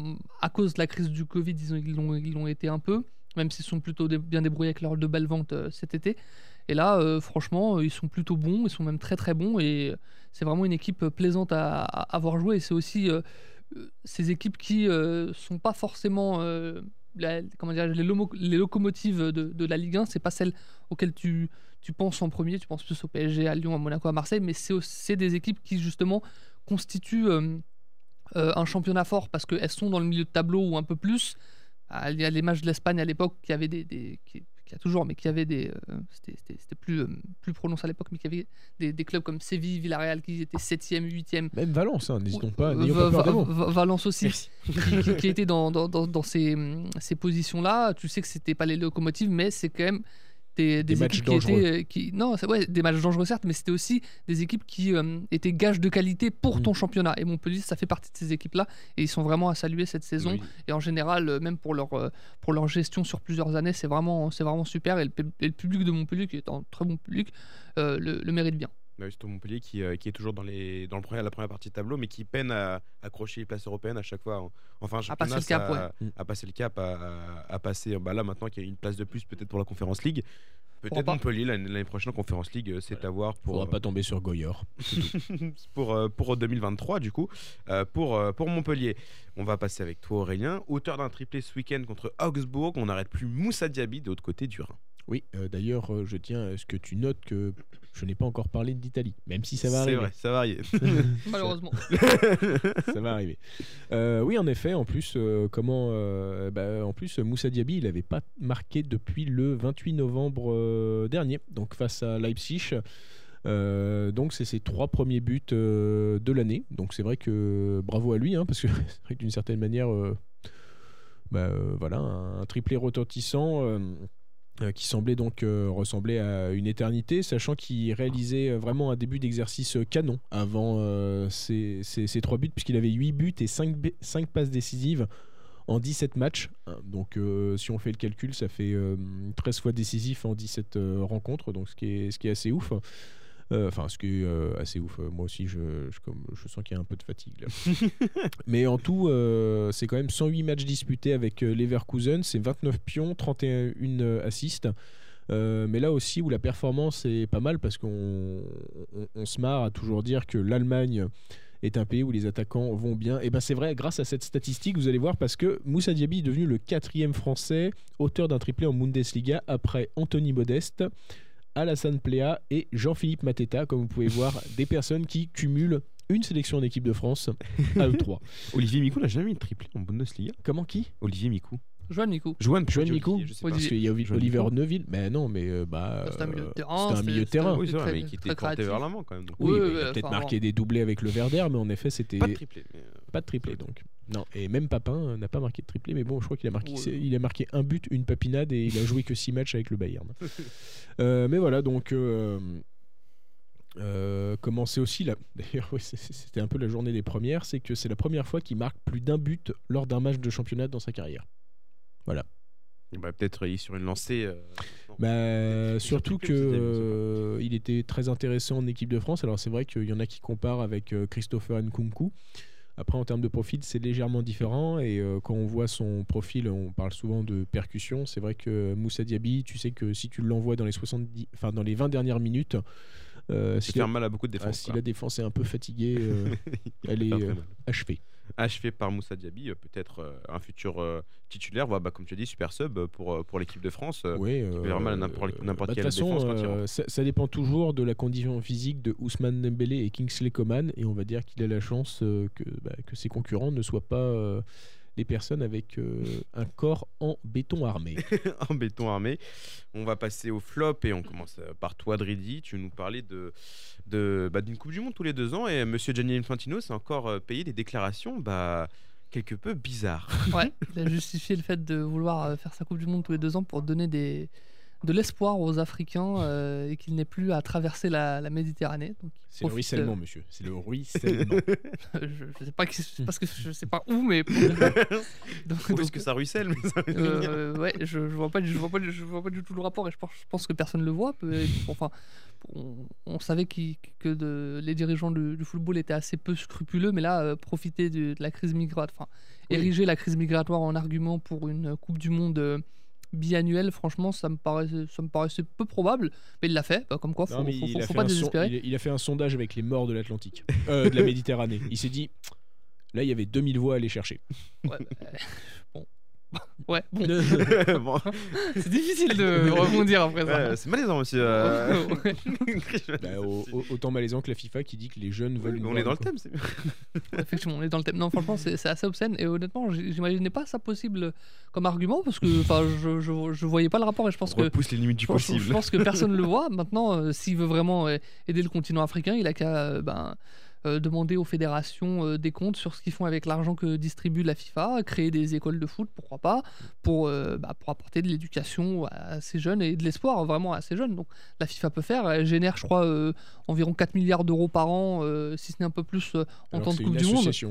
à cause de la crise du Covid, ils ont- ils l'ont ils l'ont été un peu, même s'ils sont plutôt dé- bien débrouillés avec leurs de belles ventes euh, cet été. Et là, euh, franchement, euh, ils sont plutôt bons, ils sont même très très bons, et c'est vraiment une équipe euh, plaisante à, à avoir joué. Et c'est aussi euh, euh, ces équipes qui euh, sont pas forcément euh, la- comment dire, les, lomo- les locomotives de, de la Ligue un, c'est pas celles auxquelles tu, tu penses en premier, tu penses plus au P S G, à Lyon, à Monaco, à Marseille, mais c'est aussi- c'est des équipes qui justement constituent euh, euh, un championnat fort parce qu'elles sont dans le milieu de tableau ou un peu plus. Ah, il y a les matchs de l'Espagne à l'époque qui avaient des, des qui, qui a toujours, mais qui avaient des, euh, c'était, c'était- c'était plus euh, plus prononcé à l'époque, mais qui avait des, des clubs comme Séville, Villarreal qui étaient septième, huitième. Même Valence, hein, n'hésitons pas, Euh, n'ayons Va- pas peur Va- des mots. Va- Valence aussi, Merci. qui, qui- qui était dans, dans, dans, dans ces, hum, ces positions-là. Tu sais que c'était pas les locomotives, mais c'est quand même des, des Des matchs équipes qui dangereux. étaient. Qui, non, c'est, ouais, des matchs dangereux certes, mais c'était aussi des équipes qui euh, étaient gages de qualité pour Mm. ton championnat. Et Montpellier, ça fait partie de ces équipes-là. Et ils sont vraiment à saluer cette saison. Oui. Et en général, euh, même pour leur, euh, pour leur gestion sur plusieurs années, c'est vraiment, c'est vraiment super. Et le, pu- et le public de Montpellier, qui est un très bon public, euh, le, le mérite bien. Bah oui, c'est Montpellier qui, euh, qui est toujours dans, les, dans le premier, la première partie de tableau, mais qui peine à accrocher les places européennes à chaque fois. Enfin, À passer le cap, à, ouais. à passer le cap, à, à, à passer. Bah là, maintenant qu'il y a une place de plus, peut-être pour la Conference League. Peut-être pas. Montpellier l'année, l'année prochaine en Conference League, c'est Voilà. à voir pour. Faudra euh, pas tomber sur Goyard. pour, euh, pour deux mille vingt-trois, du coup, euh, pour, euh, pour Montpellier. On va passer avec toi, Aurélien. Auteur d'un triplé ce week-end contre Augsbourg, on n'arrête plus Moussa Diaby de l'autre côté du Rhin. Oui, euh, d'ailleurs, euh, je tiens à ce que tu notes que je n'ai pas encore parlé d'Italie, même si ça va C'est arriver. vrai, ça va arriver. Malheureusement. Ça va arriver. Euh, oui, en effet, en plus, euh, comment, euh, bah, en plus, Moussa Diaby, il n'avait pas marqué depuis le vingt-huit novembre euh, dernier, donc face à Leipzig. Euh, donc c'est ses trois premiers buts euh, de l'année. Donc c'est vrai que bravo à lui, hein, parce que c'est vrai que d'une certaine manière, euh, bah, euh, voilà, un, un triplé retentissant. Euh, Euh, qui semblait donc euh, ressembler à une éternité, sachant qu'il réalisait euh, vraiment un début d'exercice euh, canon avant euh, ces, ces, ces trois buts, puisqu'il avait huit buts et cinq, cinq passes décisives en dix-sept matchs. Donc euh, si on fait le calcul, ça fait euh, treize fois décisif en dix-sept euh, rencontres, donc ce qui est, ce qui est assez ouf. Enfin, euh, ce qui est euh, assez ouf. Moi aussi, je, je, comme, je sens qu'il y a un peu de fatigue là. Mais en tout, euh, c'est quand même cent huit matchs disputés avec euh, Leverkusen. C'est vingt-neuf pions, trente et un euh, assists. Euh, mais là aussi, où la performance est pas mal, parce qu'on on, on se marre à toujours dire que l'Allemagne est un pays où les attaquants vont bien. Et ben c'est vrai, grâce à cette statistique, vous allez voir, parce que Moussa Diaby est devenu le quatrième Français auteur d'un triplé en Bundesliga après Anthony Modeste, Alassane Plea et Jean-Philippe Mateta. Comme vous pouvez voir, des personnes qui cumulent une sélection en équipe de France à eux trois. Olivier Mikou n'a jamais mis de triplé en Bundesliga. Comment qui Olivier Mikou. Joanne Nico. Joanne, Joanne Mikou. Mikou. Je sais pas. Parce qu'il y a Olivier. Oliver Neuville. Mais non, mais euh, bah, C'était un milieu de euh, terrain. c'était un milieu de c'était- terrain. Oui, c'est vrai, très- mais qui était très porté créatif. vers l'avant quand même. donc. Oui, Oui, mais oui, il a oui, peut-être enfin, marqué des doublés avec le Werder, mais en effet, c'était Pas de triplé. mais, euh, pas de triplé donc. Non, et même Papin euh, n'a pas marqué de triplé, mais bon, je crois qu'il a marqué, Ouais. c'est- il a marqué un but, une papinade, et il a joué que six matchs avec le Bayern. Euh, mais voilà, donc euh, euh, comment c'est aussi là. D'ailleurs, oui, c'est- c'était un peu la journée des premières, c'est que c'est la première fois qu'il marque plus d'un but lors d'un match de championnat dans sa carrière. Voilà. bah, peut-être il est sur une lancée. euh, non. Bah, Ils surtout ont que triplé, vous avez vu, euh, il était très intéressant en équipe de France. Alors c'est vrai qu'il y en a qui comparent avec euh, Christopher Nkunku. Après, en termes de profil, c'est légèrement différent. Et euh, quand on voit son profil, on parle souvent de percussion. C'est vrai que Moussa Diaby, tu sais que si tu l'envoies dans les soixante-dix, enfin dans les vingt dernières minutes, euh, Ça si, fait la, mal à beaucoup de ah, défense. si la défense est un peu fatiguée, euh, elle est Pas très euh, mal. achevée. Achevé par Moussa Diaby, euh, peut-être euh, un futur euh, titulaire, voilà, bah, comme tu as dit, super sub euh, pour, euh, pour l'équipe de France. euh, Oui, peut faire mal à n'importe- n'importe bah, de quelle toute façon, défense quand il euh, ça, ça dépend toujours de la condition physique de Ousmane Dembélé et Kingsley Coman, et on va dire qu'il a la chance euh, que, bah, que ses concurrents ne soient pas euh, les personnes avec euh, un corps en béton armé. en béton armé. On va passer au flop et on commence euh, par toi, Dridi. Tu nous parlais de, de, bah, d'une Coupe du Monde tous les deux ans et Monsieur Gianni Infantino s'est encore euh, payé des déclarations bah, quelque peu bizarres. Ouais, il a justifié le fait de vouloir euh, faire sa Coupe du Monde tous les deux ans pour donner des, de l'espoir aux Africains euh, et qu'il n'ait plus à traverser la, la Méditerranée. Donc, il C'est le profite, ruissellement, monsieur. C'est le ruissellement. euh, je, je sais pas qui- parce que je sais pas où, mais pour- donc, Où donc, est-ce que ça ruisselle mais ça veut venir. euh, ouais, je, je vois pas, du- je vois pas, du- je vois pas du tout le rapport et je pense, je pense que personne le voit. Peu- Enfin, on, on savait qu'il- que de- les dirigeants du, du football étaient assez peu scrupuleux, mais là, euh, profiter de, de la crise migratoire, enfin, Oui. ériger la crise migratoire en argument pour une Coupe du Monde euh, biannuelle, franchement, ça me paraissait, ça me paraissait peu probable, mais il l'a fait. Bah, comme quoi, faut, Non, mais faut, il, faut- a faut fait pas un son- désespérer. il a- il a fait un sondage avec les morts de l'Atlantique, euh, de la Méditerranée. Il s'est dit, là, il y avait deux mille voix à aller chercher. Ouais, bah, bon. Ouais, bon. Bon, C'est difficile de rebondir après ça. ouais, c'est malaisant aussi. euh. Ouais. Bah, au- au- autant malaisant que la FIFA qui dit que les jeunes veulent. Oui, une on voix est dans le quoi. thème. c'est- Effectivement, on est dans le thème. Non, franchement, c'est c'est assez obscène. Et honnêtement, j'- j'imaginais pas ça possible comme argument parce que enfin, je, je, je voyais pas le rapport et je pense On que. repousse les limites du Je pense, je possible. pense que personne ne le voit. Maintenant, euh, s'il veut vraiment euh, aider le continent africain, il a qu'à euh, ben, euh, demander aux fédérations euh, des comptes sur ce qu'ils font avec l'argent que distribue la FIFA, créer des écoles de foot, pourquoi pas, pour, euh, bah, pour apporter de l'éducation à ces jeunes et de l'espoir vraiment à ces jeunes. Donc la FIFA peut faire. Elle génère, je crois, euh, environ quatre milliards d'euros par an, euh, si ce n'est un peu plus, euh, en Alors temps que de c'est Coupe une du Monde. association. hein.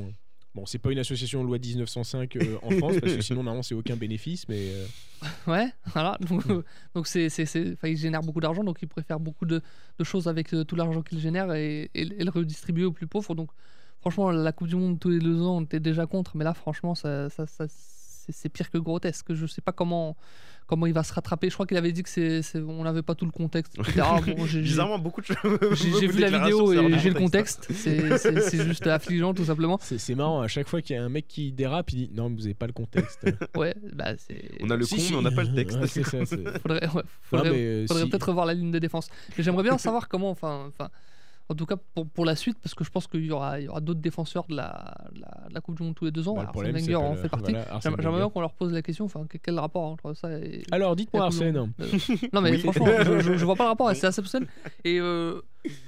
Bon, c'est pas une association loi dix-neuf cent cinq euh, en France, parce que sinon, normalement, c'est aucun bénéfice, mais... Euh... Ouais, voilà. Donc, euh, donc c'est, c'est, c'est, il génère beaucoup d'argent, donc il préfère beaucoup de, de choses avec euh, tout l'argent qu'il génère et, et, et le redistribuer aux plus pauvres. Donc, franchement, la Coupe du Monde tous les deux ans, on était déjà contre, mais là, franchement, ça, ça, ça, c'est, c'est pire que grotesque. Je sais pas comment... Comment il va se rattraper. Je crois qu'il avait dit que c'est, c'est... on n'avait pas tout le contexte, et cetera. Bon, j'ai, Bizarrement, beaucoup de choses. J'ai, j'ai vu la vidéo et j'ai le contexte. C'est, c'est, c'est juste affligeant, tout simplement. C'est, c'est marrant, à chaque fois qu'il y a un mec qui dérape, il dit non, mais vous n'avez pas le contexte. Ouais, bah c'est. On a le si, con, si. mais on n'a pas le texte. Ouais, c'est ça, c'est... Faudrait, ouais, faudrait, non, mais, faudrait si... peut-être revoir la ligne de défense. Mais j'aimerais bien savoir comment. Enfin, enfin. En tout cas, pour, pour la suite, parce que je pense qu'il y aura, il y aura d'autres défeneurs de la, de la, de la Coupe du Monde tous les deux ans. Bah, Arsène Wenger en fait partie. Voilà, j'aimerais, j'aimerais bien qu'on leur pose la question. Enfin, quel rapport entre ça et. Alors, dites-moi, Arsène. Euh, non, mais oui. Franchement, je, je, je vois pas le rapport. C'est assez personnel. Et. Euh,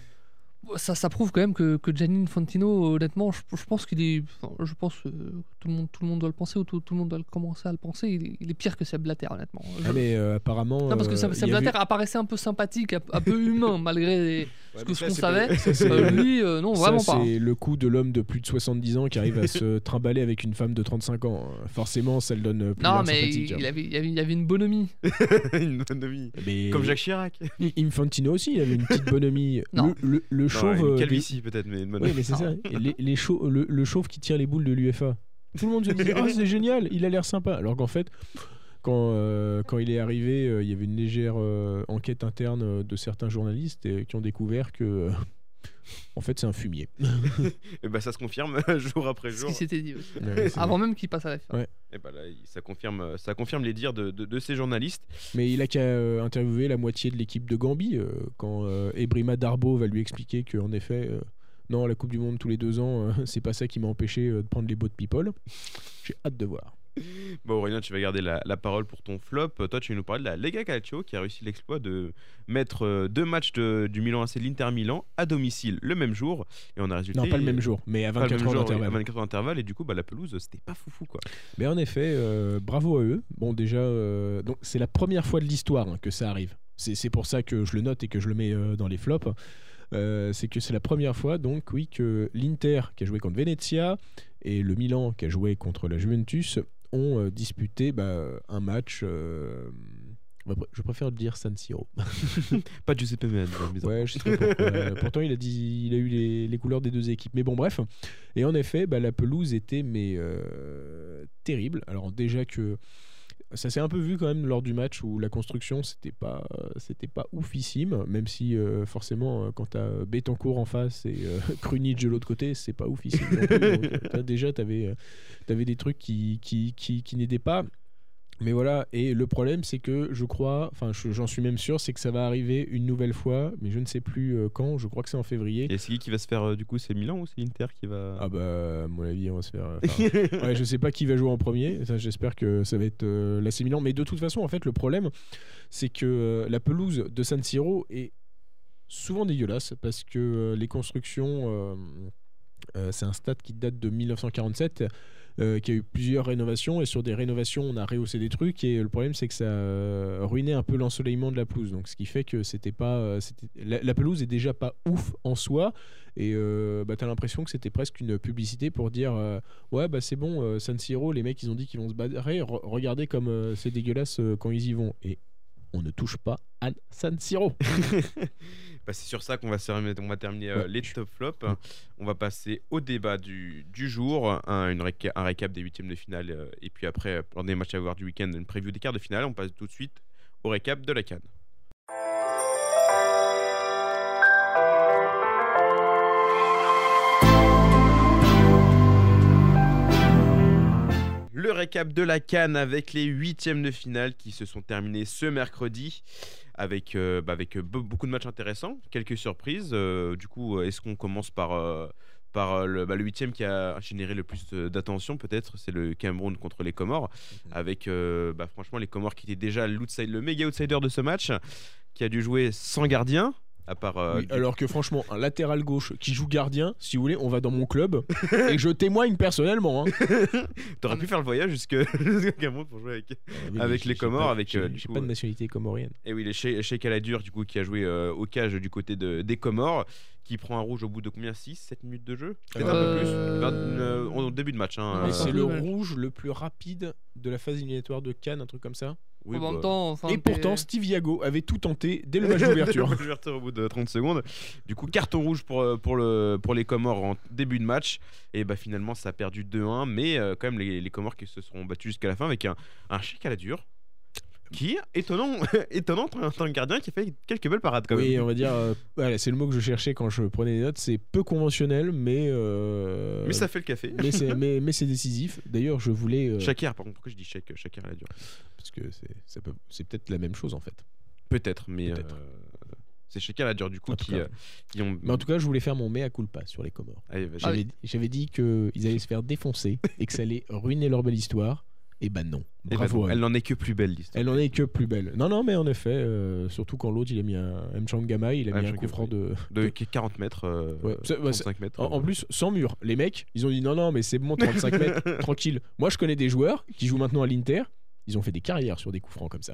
Ça, ça prouve quand même que, que Gianni Infantino, honnêtement, je, je pense qu'il est. Enfin, je pense que tout le monde, tout le monde doit le penser ou tout, tout le monde doit commencer à le penser. Il est, il est pire que Sepp Blatter, honnêtement. Je... Ah, mais euh, apparemment. Non, parce que Sepp euh, Blatter vu... apparaissait un peu sympathique, un, un peu humain, malgré les... ouais, ce, ce ça, qu'on c'est savait. pas... ça, c'est... Euh, lui, euh, non, ça, vraiment c'est pas. C'est le coup de l'homme de plus de soixante-dix ans qui arrive à se trimballer avec une femme de trente-cinq ans. Forcément, ça le donne plus non, mais sympathique. Il, avait, il, avait, il y avait une bonhomie. Une bonhomie. Mais... Comme Jacques Chirac. Infantino aussi, il avait une petite bonhomie. Non. Le, le, le chauve. Non, une des... calvitie peut-être, mais une bonne. Oui, mais c'est ça. Les, les chauves, le, le chauve qui tire les boules de l'U F A. Tout le monde se disait, oh, c'est génial, il a l'air sympa. Alors qu'en fait, quand, euh, quand il est arrivé, euh, il y avait une légère euh, enquête interne euh, de certains journalistes et, qui ont découvert que, euh, en fait, c'est un fumier. Et bah ça se confirme jour après jour. Ce qui s'était dit aussi. Ouais, Avant même qu'il passe à la F I A. Ouais. Et bah là, ça confirme, ça confirme les dires de, de, de ces journalistes. Mais il a qu'à euh, interviewer la moitié de l'équipe de Gambie euh, quand euh, Ebrima Darbo va lui expliquer qu'en effet. Euh, Non, la Coupe du Monde tous les deux ans, euh, c'est pas ça qui m'a empêché euh, de prendre les boat people. J'ai hâte de voir. Bon, Aurélien, tu vas garder la, la parole pour ton flop. Toi, tu vas nous parler de la Lega Calcio qui a réussi l'exploit de mettre euh, deux matchs de, du Milan A C, l'Inter Milan, à domicile le même jour. Et on a résulté. Non, pas le même jour, mais à vingt-quatre heures d'intervalle. À vingt-quatre heures d'intervalle, et du coup, bah, la pelouse, c'était pas foufou, quoi. Mais en effet, euh, bravo à eux. Bon, déjà, euh, donc, c'est la première fois de l'histoire hein, que ça arrive. C'est, c'est pour ça que je le note et que je le mets euh, dans les flops. Euh, c'est que c'est la première fois donc oui que l'Inter qui a joué contre Venezia et le Milan qui a joué contre la Juventus ont euh, disputé bah, un match euh, je préfère le dire San Siro. Pas Giuseppe Meazza. Ouais, je sais pas pourquoi. Pourtant il a dit il a eu les, les couleurs des deux équipes mais bon bref et en effet bah, la pelouse était mais euh, terrible. Alors déjà que ça s'est un peu vu quand même lors du match où la construction c'était pas c'était pas oufissime, même si euh, forcément quand t'as Betancourt en face et euh, Krunic de l'autre côté c'est pas oufissime non plus. Donc, t'as, déjà t'avais t'avais des trucs qui qui qui, qui n'aidaient pas. Mais voilà, et le problème c'est que je crois, enfin j'en suis même sûr, c'est que ça va arriver une nouvelle fois, mais je ne sais plus euh, quand, je crois que c'est en février. Et c'est qui qui va se faire, euh, du coup, c'est Milan ou c'est l'Inter qui va... Ah bah, à mon avis, on va se faire... Euh, ouais, je sais pas qui va jouer en premier, ça, j'espère que ça va être euh, l'A C Milan, mais de toute façon, en fait, le problème, c'est que euh, la pelouse de San Siro est souvent dégueulasse, parce que euh, les constructions, euh, euh, c'est un stade qui date de dix-neuf cent quarante-sept, Euh, qui a eu plusieurs rénovations et sur des rénovations on a rehaussé des trucs et le problème c'est que ça a ruiné un peu l'ensoleillement de la pelouse, donc ce qui fait que c'était pas c'était... La, la pelouse est déjà pas ouf en soi et euh, bah, t'as l'impression que c'était presque une publicité pour dire euh, ouais bah c'est bon euh, San Siro les mecs ils ont dit qu'ils vont se barrer, Re- regardez comme euh, c'est dégueulasse euh, quand ils y vont et on ne touche pas à San Siro. Bah, c'est sur ça qu'on va, se... on va terminer euh, ouais. les top flops. On va passer au débat du, du jour, un, une réca... un récap des huitièmes de finale euh, et puis après, lors des matchs à voir du week-end, une preview des quarts de finale. On passe tout de suite au récap de la CAN. Le récap de la CAN avec les huitièmes de finale qui se sont terminés ce mercredi avec, euh, bah avec euh, beaucoup de matchs intéressants, quelques surprises. Euh, du coup, est-ce qu'on commence par, euh, par le, bah, le huitième qui a généré le plus d'attention peut-être, c'est le Cameroun contre les Comores, mmh. avec euh, bah, franchement les Comores qui étaient déjà l'outside, le méga outsider de ce match, qui a dû jouer sans gardien. À part, euh, Oui, du- alors que franchement, un latéral gauche qui joue gardien, si vous voulez, on va dans mon club et je témoigne personnellement. Hein. T'aurais pu faire le voyage jusque jusqu'au Cameroun pour jouer avec. Oui, Avec mais les j'ai Comores, pas- avec, j'ai euh, du j'ai coup, pas de euh, nationalité comorienne. Et oui, les Sheikh Sheikh Aladur, du coup, qui a joué euh, au cage du côté de, des Comores, qui prend un rouge au bout de combien six sept minutes de jeu Peut-être un peu Euh, plus. vingt, euh, au début de match. Hein, Non, Et euh, c'est un le peu, ouais. rouge le plus rapide de la phase éliminatoire de Cannes, un truc comme ça. oui, en même bah, temps, enfin, et t'es- pourtant, Steve Yago avait tout tenté dès le match d'ouverture. Le match d'ouverture au bout de trente secondes. Du coup, carton rouge pour, euh, pour, le, pour les Comores en début de match. Et bah, finalement, ça a perdu deux un. Mais euh, quand même, les, les Comores qui se seront battus jusqu'à la fin avec un, un Sheikh Aladur. Qui, étonnant, étonnant, en tant que gardien, qui a fait quelques belles parades quand Oui, même. on va dire, euh, voilà, c'est le mot que je cherchais quand je prenais des notes. C'est peu conventionnel, mais euh, Mais ça fait le café. mais c'est mais, mais c'est décisif. D'ailleurs, je voulais euh, Shakir, par contre, pourquoi je dis Sheikh Shakir Aladur parce que c'est ça peut- c'est peut-être la même chose en fait. Peut-être, mais Peut-être. euh, c'est Shakir Aladur, du coup, En tout qui, cas. euh, qui ont. Mais en tout cas, je voulais faire mon mea culpa sur les Comores. Allez, vas-y. Ah oui. J'avais j'avais dit qu'ils allaient se faire défoncer et que ça allait ruiner leur belle histoire. Et ben non. Eh ben Bravo. non, à elle eux. n'en est que plus belle, l'histoire. Elle n'en est que plus belle. Non, non, mais en effet, euh, surtout quand l'autre il a mis un Mchangama, il a Ah, mis un Mchangama, coup franc oui. de. De quarante mètres, euh, Ouais, c'est- ouais, c'est- trente-cinq mètres. En, en plus, sans mur. Les mecs, ils ont dit non, non, mais c'est bon, trente-cinq mètres, tranquille. Moi, je connais des joueurs qui jouent maintenant à l'Inter. Ils ont fait des carrières sur des coups francs comme ça.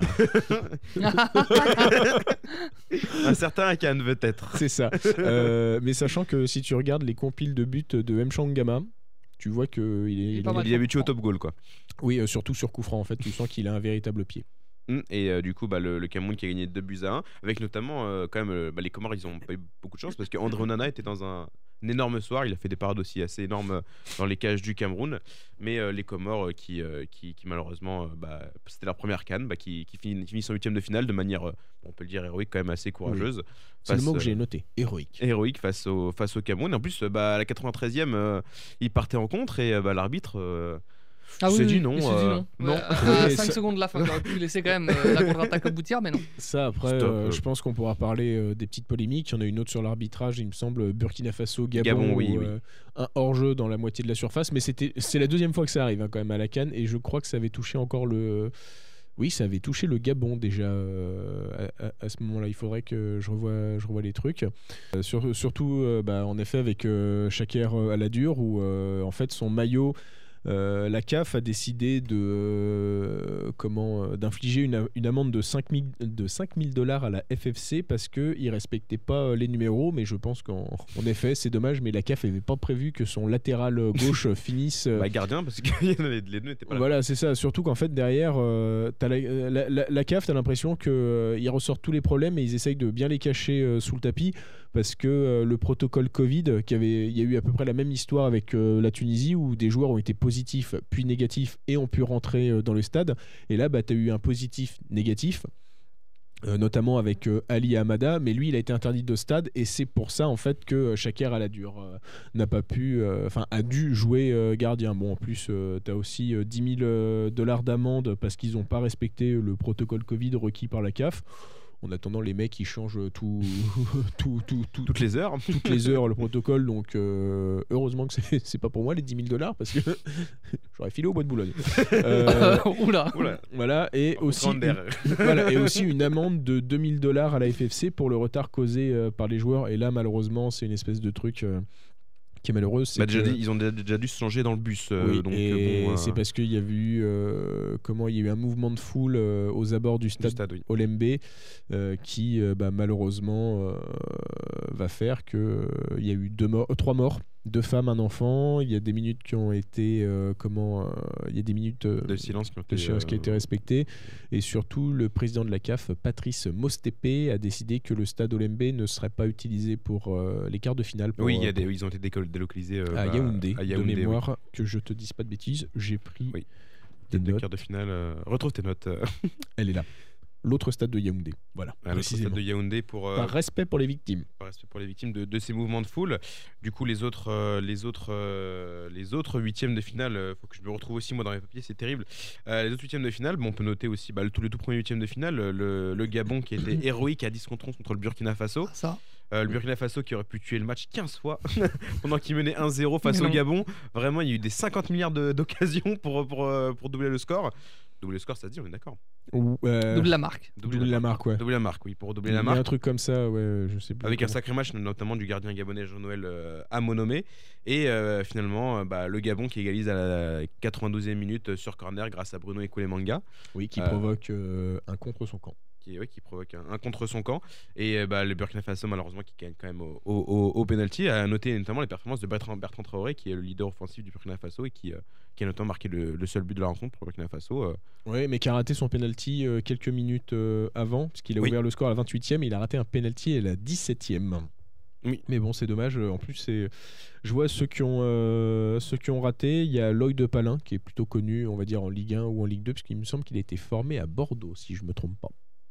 Un certain Akan, peut-être. C'est ça. Euh, mais sachant que si tu regardes les compiles de buts de Mchangama, tu vois qu'il est. Il est il pas en- mal. Il est habitué au top goal, quoi. Oui, euh, surtout sur coup franc, en fait, tu sens qu'il a un véritable pied. Mm, Et euh, du coup, bah, le, le Cameroun qui a gagné deux buts à un, avec notamment, euh, quand même, euh, bah, les Comores, ils ont pas eu beaucoup de chance parce qu'André Onana était dans un, un énorme soir. Il a fait des parades aussi assez énormes euh, dans les cages du Cameroun. Mais euh, les Comores, euh, qui, euh, qui, qui malheureusement, euh, bah, c'était leur première canne, bah, qui, qui finissent finissent en huitième de finale de manière, euh, on peut le dire, héroïque, quand même assez courageuse. C'est le Face, mot que euh, j'ai noté. Héroïque. héroïque face au, face au Cameroun. Et en plus, euh, bah, à la quatre-vingt-treizième, euh, il partait en contre et euh, bah, l'arbitre euh, Ah s'est oui, dit oui, non. il s'est dit euh, non. non. Ouais, à Et cinq ça- secondes de la fin, il aurait pu laisser quand même euh, la contre-attaque aboutir, mais non. Ça, après, Stop, euh, euh. je pense qu'on pourra parler euh, des petites polémiques. Il y en a une autre sur l'arbitrage, il me semble, Burkina Faso, Gabon, Gabon, oui, où, oui. euh, un hors-jeu dans la moitié de la surface. Mais c'était, c'est la deuxième fois que ça arrive hein, quand même à la CAN. Et je crois que ça avait touché encore le. Oui, ça avait touché le Gabon déjà euh, à, à- à ce moment-là. Il faudrait que je revoie, je revoie les trucs. Euh, sur- surtout, euh, bah, en effet, avec euh, Shaker euh, Aladur, où euh, en fait son maillot. Euh, la C A F a décidé de euh, comment euh, d'infliger une, une amende de cinq mille dollars à la F F C parce que il respectait pas euh, les numéros. Mais je pense qu'en en effet, c'est dommage. Mais la C A F avait pas prévu que son latéral euh, gauche finisse. euh, Bah, gardien, parce que y en avait- les deux n'étaient pas là. voilà, c'est ça. Surtout qu'en fait, derrière, euh, t'as la, la, la- la C A F, tu as l'impression qu'ils ressortent tous les problèmes et ils essayent de bien les cacher euh, sous le tapis parce que euh, le protocole Covid, qui avait, il y a eu à peu près la même histoire avec euh, la Tunisie où des joueurs ont été positifs puis négatifs et ont pu rentrer euh, dans le stade. Et là, bah, tu as eu un positif négatif. Euh, notamment avec euh, Ali Hamada, mais lui il a été interdit de stade et c'est pour ça en fait que euh, Shaker Aladur euh, n'a pas pu, enfin a dû jouer euh, gardien. Bon en plus euh, tu as aussi euh, dix mille dollars d'amende parce qu'ils n'ont pas respecté le protocole Covid requis par la C A F. En attendant, les mecs ils changent tout, tout, tout, tout, Toutes les heures. toutes les heures le protocole, donc euh, heureusement que c'est c'est pas pour moi les dix mille dollars parce que j'aurais filé au bois de Boulogne. Euh, Oula. Oula. voilà, et aussi, Grande une, erreur. voilà, et aussi une amende de deux mille dollars à la F F C pour le retard causé euh, par les joueurs. Et là, malheureusement, c'est une espèce de truc euh, qui est malheureux. c'est Bah, déjà, que- dit- ils ont déjà, déjà dû se changer dans le bus. euh, oui, donc, et euh, bon, euh, c'est parce qu'il y a eu euh, comment il y a eu un mouvement de foule euh, aux abords du du stade stade, oui. Olembe euh, qui euh, bah, malheureusement euh, va faire que euh, il y a eu deux morts, euh, trois morts, deux femmes, un enfant. Il y a des minutes qui ont été euh, comment euh, il y a des minutes euh, De silence qui ont de été, silence qui a euh, été respecté et surtout le président de la C A F Patrice Mostépé a décidé que le stade Olembe ne serait pas utilisé pour euh, les quarts de finale pour, Oui, il y a euh, des- ils ont été déco- délocalisés euh, à bah, Yaoundé, à Yaoundé, de oui. mémoire que je te dise pas de bêtises, j'ai pris Oui. des Des notes. quarts de finale. euh, Retrouve tes notes. euh, Elle est là. L'autre stade de Yaoundé. Voilà. à l'autre stade précisément. de Yaoundé pour. euh, Par respect pour les victimes. par respect pour les victimes de, de ces mouvements de foule. Du coup, les autres, euh, les autres, euh, les autres huitièmes de finale, euh, faut que je me retrouve aussi moi dans les papiers, c'est terrible. Euh, les autres huitièmes de finale, bon, on peut noter aussi bah, le, tout le tout premier huitième de finale, le, le Gabon qui était héroïque à dix contre onze contre le Burkina Faso. Ça. Euh, le Burkina Faso qui aurait pu tuer le match quinze fois pendant qu'il menait un zéro face Mais au non. Gabon. Vraiment, il y a eu des cinquante milliards de- d'occasions pour, pour, euh, pour doubler le score. Doubler le score, ça se dit, on est d'accord. Ou, euh, Double la marque. Doubler la marque, ouais. Doubler la marque, oui, pour doubler Il y la a marque. un truc comme ça, ouais, je sais plus. Avec un comment. sacré match, notamment du gardien gabonais Jean-Noël euh, Amonomé. Et euh, finalement, euh, bah, le Gabon qui égalise à la quatre-vingt-douzième minute sur corner grâce à Bruno Ekoulemanga. Oui, qui Euh, provoque euh, un contre son camp. Qui, ouais, qui provoque un, un contre son camp. Et euh, bah, le Burkina Faso, malheureusement, qui gagne quand même au, au, au, au penalty. A noté notamment les performances de Bertrand, Bertrand Traoré, qui est le leader offensif du Burkina Faso et qui, euh, qui a notamment marqué le, le seul but de la rencontre pour le Burkina Faso. Euh, Oui, mais qui a raté son penalty euh, quelques minutes euh, avant, parce qu'il a Oui. ouvert le score à la vingt-huitième, et il a raté un penalty à la dix-septième. Oui. Mais bon, c'est dommage. En plus, c'est... je vois ceux qui, ont, euh, ceux qui ont raté. Il y a Loïc de Palin, qui est plutôt connu, on va dire, en Ligue un ou en Ligue deux, parce qu'il me semble qu'il a été formé à Bordeaux, si je ne me trompe pas.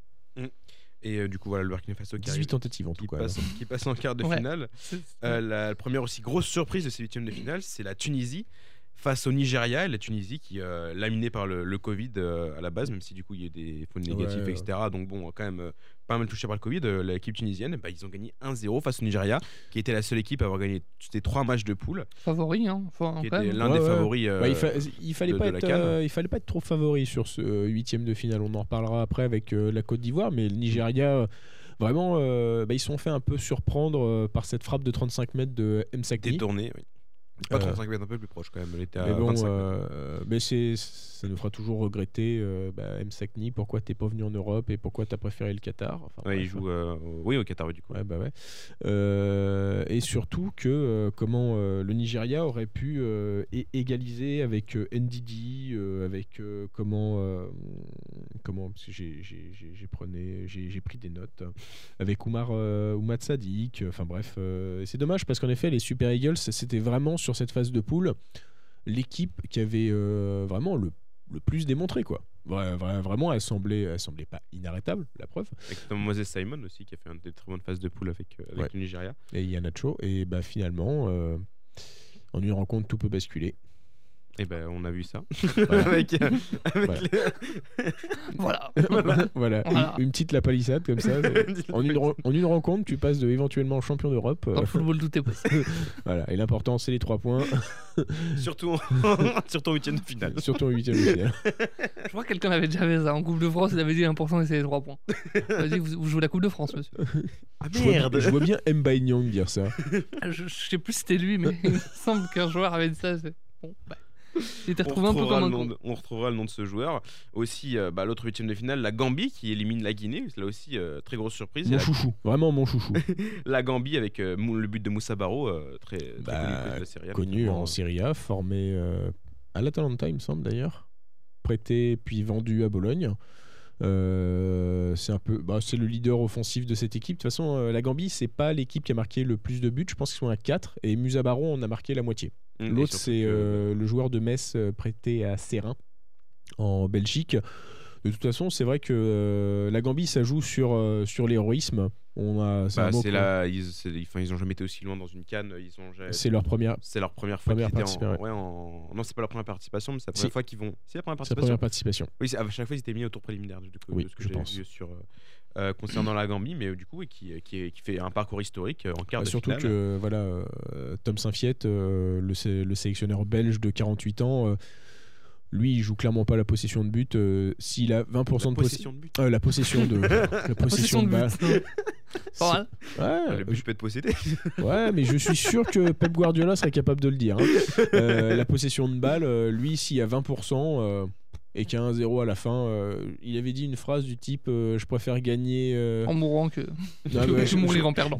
et euh, du coup, voilà, le Burkina Faso qui, dix-huit arrive, tentatives en tout qui, cas. passe, qui passe en quart de Ouais. finale. C'est- Euh, la première aussi grosse surprise de ces huitièmes de finale, c'est la Tunisie face au Nigeria. Et la Tunisie qui, euh, laminée par le, le Covid euh, à la base, même si du coup il y a eu des faux négatifs, Ouais, ouais. et cetera. Donc bon, quand même euh, pas mal touché par le Covid. Euh, L'équipe tunisienne, bah, ils ont gagné un zéro face au Nigeria, qui était la seule équipe à avoir gagné ces trois matchs de poule, Favori, hein. Enfin, qui quand était même. l'un Ouais, des ouais. favoris. euh, Bah, il, fa- il fallait de- pas de la être, CAN. euh, il fallait pas être trop favori sur ce euh, huitième de finale. On en reparlera après avec euh, la Côte d'Ivoire, mais le Nigeria, euh, vraiment, euh, bah, ils se sont fait un peu surprendre euh, par cette frappe de trente-cinq mètres de Msakni. détourné. Oui. Pas Euh, trente-cinq mètres, un peu plus proche quand même. Elle était à Mais bon, vingt-cinq mètres. euh, mais c'est, ça nous fera toujours regretter euh, bah, Msakni, pourquoi t'es pas venu en Europe et pourquoi t'as préféré le Qatar. Enfin, Ouais, bref. il joue euh, au- oui, au Qatar, oui, du coup. Ouais, bah ouais. Euh, et surtout que euh, comment euh, le Nigeria aurait pu euh, é- égaliser avec euh, N D D, euh, avec euh, comment euh, comment parce que j'ai j'ai j'ai j'ai prenais- j'ai j'ai pris des notes euh, avec Oumar euh, Oumar Sadiq. Enfin bref, euh, et c'est dommage parce qu'en effet les Super Eagles c'était vraiment sur cette phase de poule l'équipe qui avait euh, vraiment le le plus démontré quoi. Vra- vra- vraiment elle semblait elle semblait pas inarrêtable, la preuve. Avec notamment Moses Simon aussi, qui a fait une des très bonnes phases de poule avec, euh, avec Ouais. le Nigeria. Et il y a Nacho. Et bah finalement, euh, en une rencontre, tout peut basculer. Et ben on a vu ça. Voilà. avec euh, avec Ouais. les- Voilà. voilà, Voilà. Une, une petite la palissade comme ça. c'est- En une, ren- en une rencontre, tu passes de éventuellement champion d'Europe. euh, Dans le football, tout est possible. voilà. Et l'important, c'est les trois points, surtout en, surtout en huitième de finale. surtout en huitième de finale. Je crois que quelqu'un avait déjà fait ça. En Coupe de France, il avait dit un pour cent et c'est les trois points. Il avait dit, vous, vous jouez la Coupe de France, monsieur. Ah Je vois, je vois bien Mbaye Nyang dire ça. Je, je sais plus si c'était lui, mais il me semble qu'un joueur avait dit ça. c'est- Bon, bah. Il était On retrouvé un peu retrouvera, comme le un nom con. de, on retrouvera le nom de ce joueur. Aussi, euh, bah, l'autre huitième de finale, la Gambie qui élimine la Guinée. Là aussi, euh, très grosse surprise. Mon Et chouchou, vraiment mon chouchou. la, la Gambie avec euh, Mou- le but de Moussa Barro, euh, très, très Bah, connu de la Serie A, Connu notamment, en euh, Serie A, formé euh, à l'Atalanta, il me semble d'ailleurs. Prêté puis vendu à Bologne. Euh, c'est un peu, bah, c'est le leader offensif de cette équipe. De toute façon, euh, la Gambie, c'est pas l'équipe qui a marqué le plus de buts. Je pense qu'ils sont à quatre. Et Musa Barro en a marqué la moitié. et L'autre, surtout c'est que- euh, le joueur de Metz euh, prêté à Sérin en Belgique. De toute façon, c'est vrai que euh, la Gambie, ça joue sur, euh, sur l'héroïsme. On a, c'est un bah, mot c'est qu'on- là, ils, c'est- enfin, ils ont jamais été aussi loin dans une canne. Ils ont ja- c'est leur première, c'est leur première fois Première qu'ils étaient en, participation, ouais, en- Non, c'est pas leur première participation, mais c'est la première Si. fois qu'ils vont. C'est la première sa participation. première participation. Oui, c'est- à chaque fois ils étaient mis au tour préliminaire du coup, Oui, de ce que je j'ai pense. vu sur euh, euh, concernant la Gambie, mais euh, du coup et qui, qui, qui fait un parcours historique euh, en quart Bah, de surtout finale. que voilà, euh, Tom Saint-Fiet, euh, le, sé- le sélectionneur belge de quarante-huit ans, euh, lui, il joue clairement pas la possession de but. euh, S'il a vingt pour cent La de possi- possession de but. euh, la possession de la possession de balle. but. Pas mal. Ah, Ouais, le but peut être possédé. ouais, mais je suis sûr que Pep Guardiola serait capable de le dire. hein. Euh, la possession de balle, euh, lui, s'il y a vingt pour cent euh, et qu'il y a un zéro à la fin, euh, il avait dit une phrase du type euh, je préfère gagner. euh, En mourant que, Ah que ouais, que je- mourir en perdant.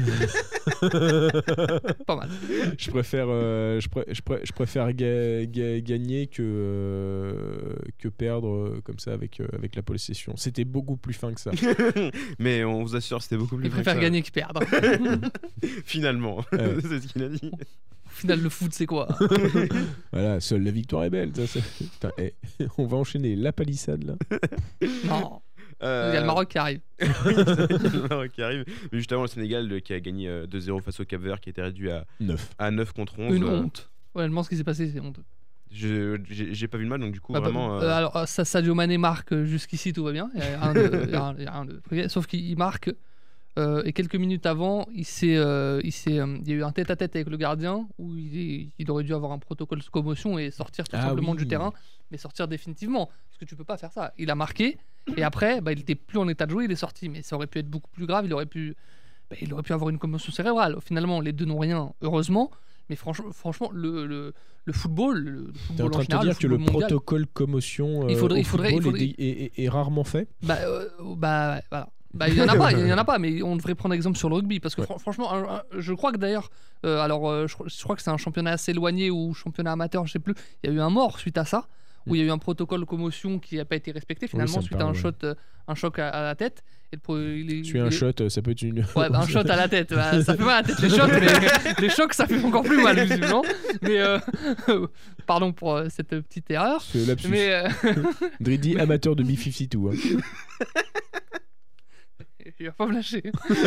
Pas mal. je préfère, euh, je, pré- je, pré- je préfère ga- ga- gagner que, euh, que perdre euh, comme ça avec, euh, avec la possession. C'était beaucoup plus fin que ça. Mais on vous assure, c'était beaucoup plus Il vrai que préfère ça. gagner que perdre. Finalement, Ouais. c'est ce qu'il a dit. Au final, le foot, c'est quoi? Voilà, seule la victoire est belle. ça, c'est- Putain, eh, on va enchaîner la palissade là. Non. Euh, Il y a le Maroc qui arrive. Oui, il y a le Maroc qui arrive. Mais justement, le Sénégal euh, qui a gagné euh, deux zéro face au Cap-Vert, qui était réduit à, neuf. à neuf contre onze. Une euh, honte. Honnêtement, ce qui s'est passé, c'est honteux. je- J'ai j'ai pas vu le match, donc du coup, Bah, bah, vraiment. euh, euh, alors, ça, Sadio Mané marque euh, jusqu'ici, tout va bien. Il y a rien de, il y a rien- il y a rien de- Sauf qu'il marque Euh, et quelques minutes avant, il, s'est, euh, il, s'est, euh, il y a eu un tête-à-tête avec le gardien où il, il aurait dû avoir un protocole de commotion et sortir tout Ah simplement oui. du terrain, mais sortir définitivement. Parce que tu peux pas faire ça. Il a marqué et après, bah, il était plus en état de jouer, il est sorti. Mais ça aurait pu être beaucoup plus grave. Il aurait pu, bah, il aurait pu avoir une commotion cérébrale. Finalement, les deux n'ont rien, heureusement. Mais franchement, franchement le, le, le football, le T'es football en train de te général, dire que le football mondial, protocole commotion euh, Il faudrait- au il faudrait- il football faudrait- est, est- est- est rarement fait. Bah, euh, bah ouais, voilà. Bah, il y en a pas, il y en a pas, mais on devrait prendre exemple sur le rugby parce que Ouais. fran- franchement, un- un- je crois que d'ailleurs, euh, alors euh, je, je crois que c'est un championnat assez éloigné ou championnat amateur, je sais plus. Il y a eu un mort suite à ça, où il y a eu un protocole de commotion qui n'a pas été respecté finalement ça me suite à parle, un ouais. shot, euh, un choc à, à la tête. Et le pro- il est- Tu es il un est- shot, euh, ça peut être une. Ouais, bah, un shot à la tête, bah, ça fait mal à la tête les shots, mais les chocs ça fait encore plus mal visiblement. Mais euh, pardon pour euh, cette petite erreur. C'est lapsus. Mais euh, Dridi, amateur de B cinquante-deux. Hein. il va pas me lâcher.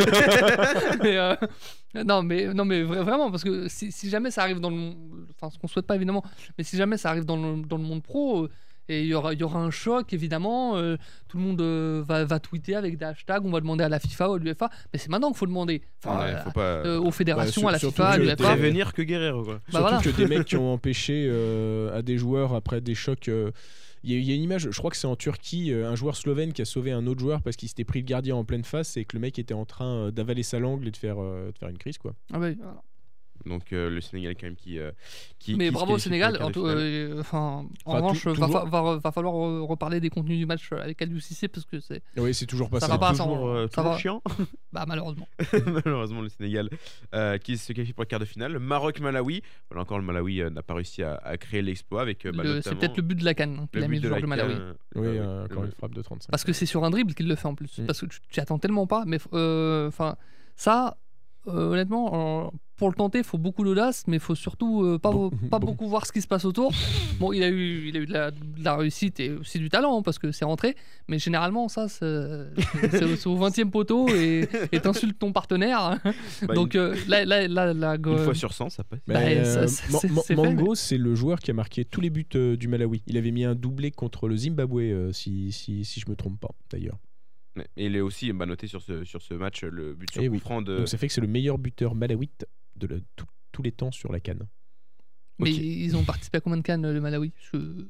mais, euh, non, mais, non, mais vra- vraiment, parce que si, si jamais ça arrive dans le monde, enfin, ce qu'on souhaite pas évidemment, mais si jamais ça arrive dans le, dans le monde pro, euh, et il y aura, il y aura un choc, évidemment, euh, tout le monde euh, va, va tweeter avec des hashtags, on va demander à la FIFA ou à l'UEFA, mais c'est maintenant qu'il faut demander. Enfin, Ouais, euh, faut pas euh, aux fédérations, Ouais, à la sur- FIFA, à surtout que l'UEFA. t'es- prévenir que guérir quoi. Bah Surtout voilà. que des mecs qui ont empêché euh, à des joueurs après des chocs. euh, Il y, a- il y a une image, je crois que c'est en Turquie, euh, un joueur slovène qui a sauvé un autre joueur parce qu'il s'était pris le gardien en pleine face et que le mec était en train euh, d'avaler sa langue et de faire, euh, de faire une crise, quoi. Ah ouais, voilà. Donc euh, le Sénégal quand même qui, euh, qui Mais qui se bravo au qualifie Sénégal. pour En, le tout- quart de finale. euh, enfin, en Enfin, revanche, tout- va, toujours- fa- va- va falloir re- reparler des contenus du match avec Aliou Cissé parce que c'est. Oui, c'est toujours pas Ça ça. va pas, ça toujours, euh, ça toujours va. chiant. Bah, malheureusement. Malheureusement le Sénégal euh, qui se qualifie pour le quart de finale. Maroc-Malawi. Voilà encore le Malawi euh, n'a pas réussi à, à créer l'exploit avec euh, bah, Le- c'est notamment peut-être le but de la canne hein, qu'il le a mis but le de joueur la du Malawi. CAN, Oui, euh, euh, oui, encore le- une frappe de trente-cinq. Parce que c'est sur un dribble qu'il le fait en plus. Mm. Parce que tu t'y attends tellement pas. Mais euh, enfin, ça, euh, honnêtement, euh, pour le tenter, il faut beaucoup d'audace, mais il faut surtout euh, pas, Bon- pas bon. beaucoup voir ce qui se passe autour. Bon, il a eu, il a eu de, la, de la réussite et aussi du talent hein, parce que c'est rentré. Mais généralement, ça, c'est c'est au- c'est au vingtième poteau et et t'insultes ton partenaire. Bah, Donc une, euh, là, là, là, là, une fois sur cent ça passe. Bah, Bah, euh, ça- ça- Ma- c'est- Ma- c'est fait, Mango, c'est le joueur qui a marqué tous les buts euh, du Malawi. Il avait mis un doublé contre le Zimbabwe, euh, si, si, si je me trompe pas, d'ailleurs. Et il est aussi bah, noté sur ce, sur ce match le but sur Eh coup oui. franc de Donc ça fait que c'est le meilleur buteur malawite de le- tout- tous les temps sur la canne. Mais Ok. ils ont participé à combien de cannes le Malawi? Parce que-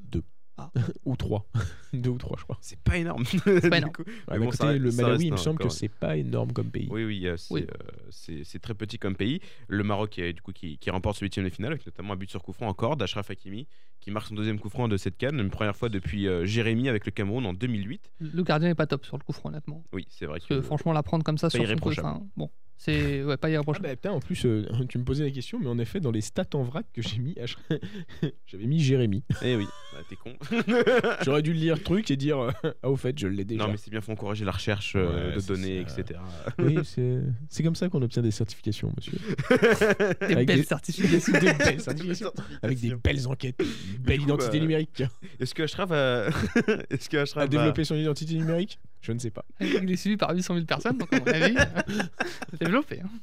Ou trois. Deux ou trois, je crois. c'est pas énorme. pas Du énorme. coup. Ouais, Mais mais bon, écoutez, ça reste- le ça Malawi, reste il me un- semble que encore- c'est pas énorme comme pays. Oui, oui, euh, c'est Oui. euh, c'est- c'est très petit comme pays. Le Maroc, euh, du coup, qui, qui remporte ce huitième de finale, avec notamment un but sur coup franc encore d'Achraf Hakimi, qui marque son deuxième coup franc de cette CAN, une première fois depuis euh, Jérémy avec le Cameroun en deux mille huit. Le gardien est pas top sur le coup franc, honnêtement. Oui, c'est vrai Parce que. que franchement, la prendre comme ça pas sur son coup, irréprochable. enfin, bon, c'est ouais, pas Ah irréprochable. bah putain, en plus, euh, tu me posais la question, mais en effet, dans les stats en vrac que j'ai mis, Achraf- j'avais mis Jérémy. Eh oui, bah, t'es con. J'aurais dû lire le truc et dire euh, ah au fait, je l'ai déjà. Non, mais c'est bien, faut encourager la recherche euh, Ouais, de c'est données, ça. et cetera. Oui, c'est c'est comme ça qu'on obtient des certifications, monsieur. Des avec belles des- certifications. Des belles certifications. Avec des belles enquêtes, une belle coup, identité bah, numérique. Est-ce que Achraf a. Est-ce que Achraf À va- développer son identité numérique Je ne sais pas. Il est suivi par huit cent mille personnes, donc à mon avis, c'est développé. hein.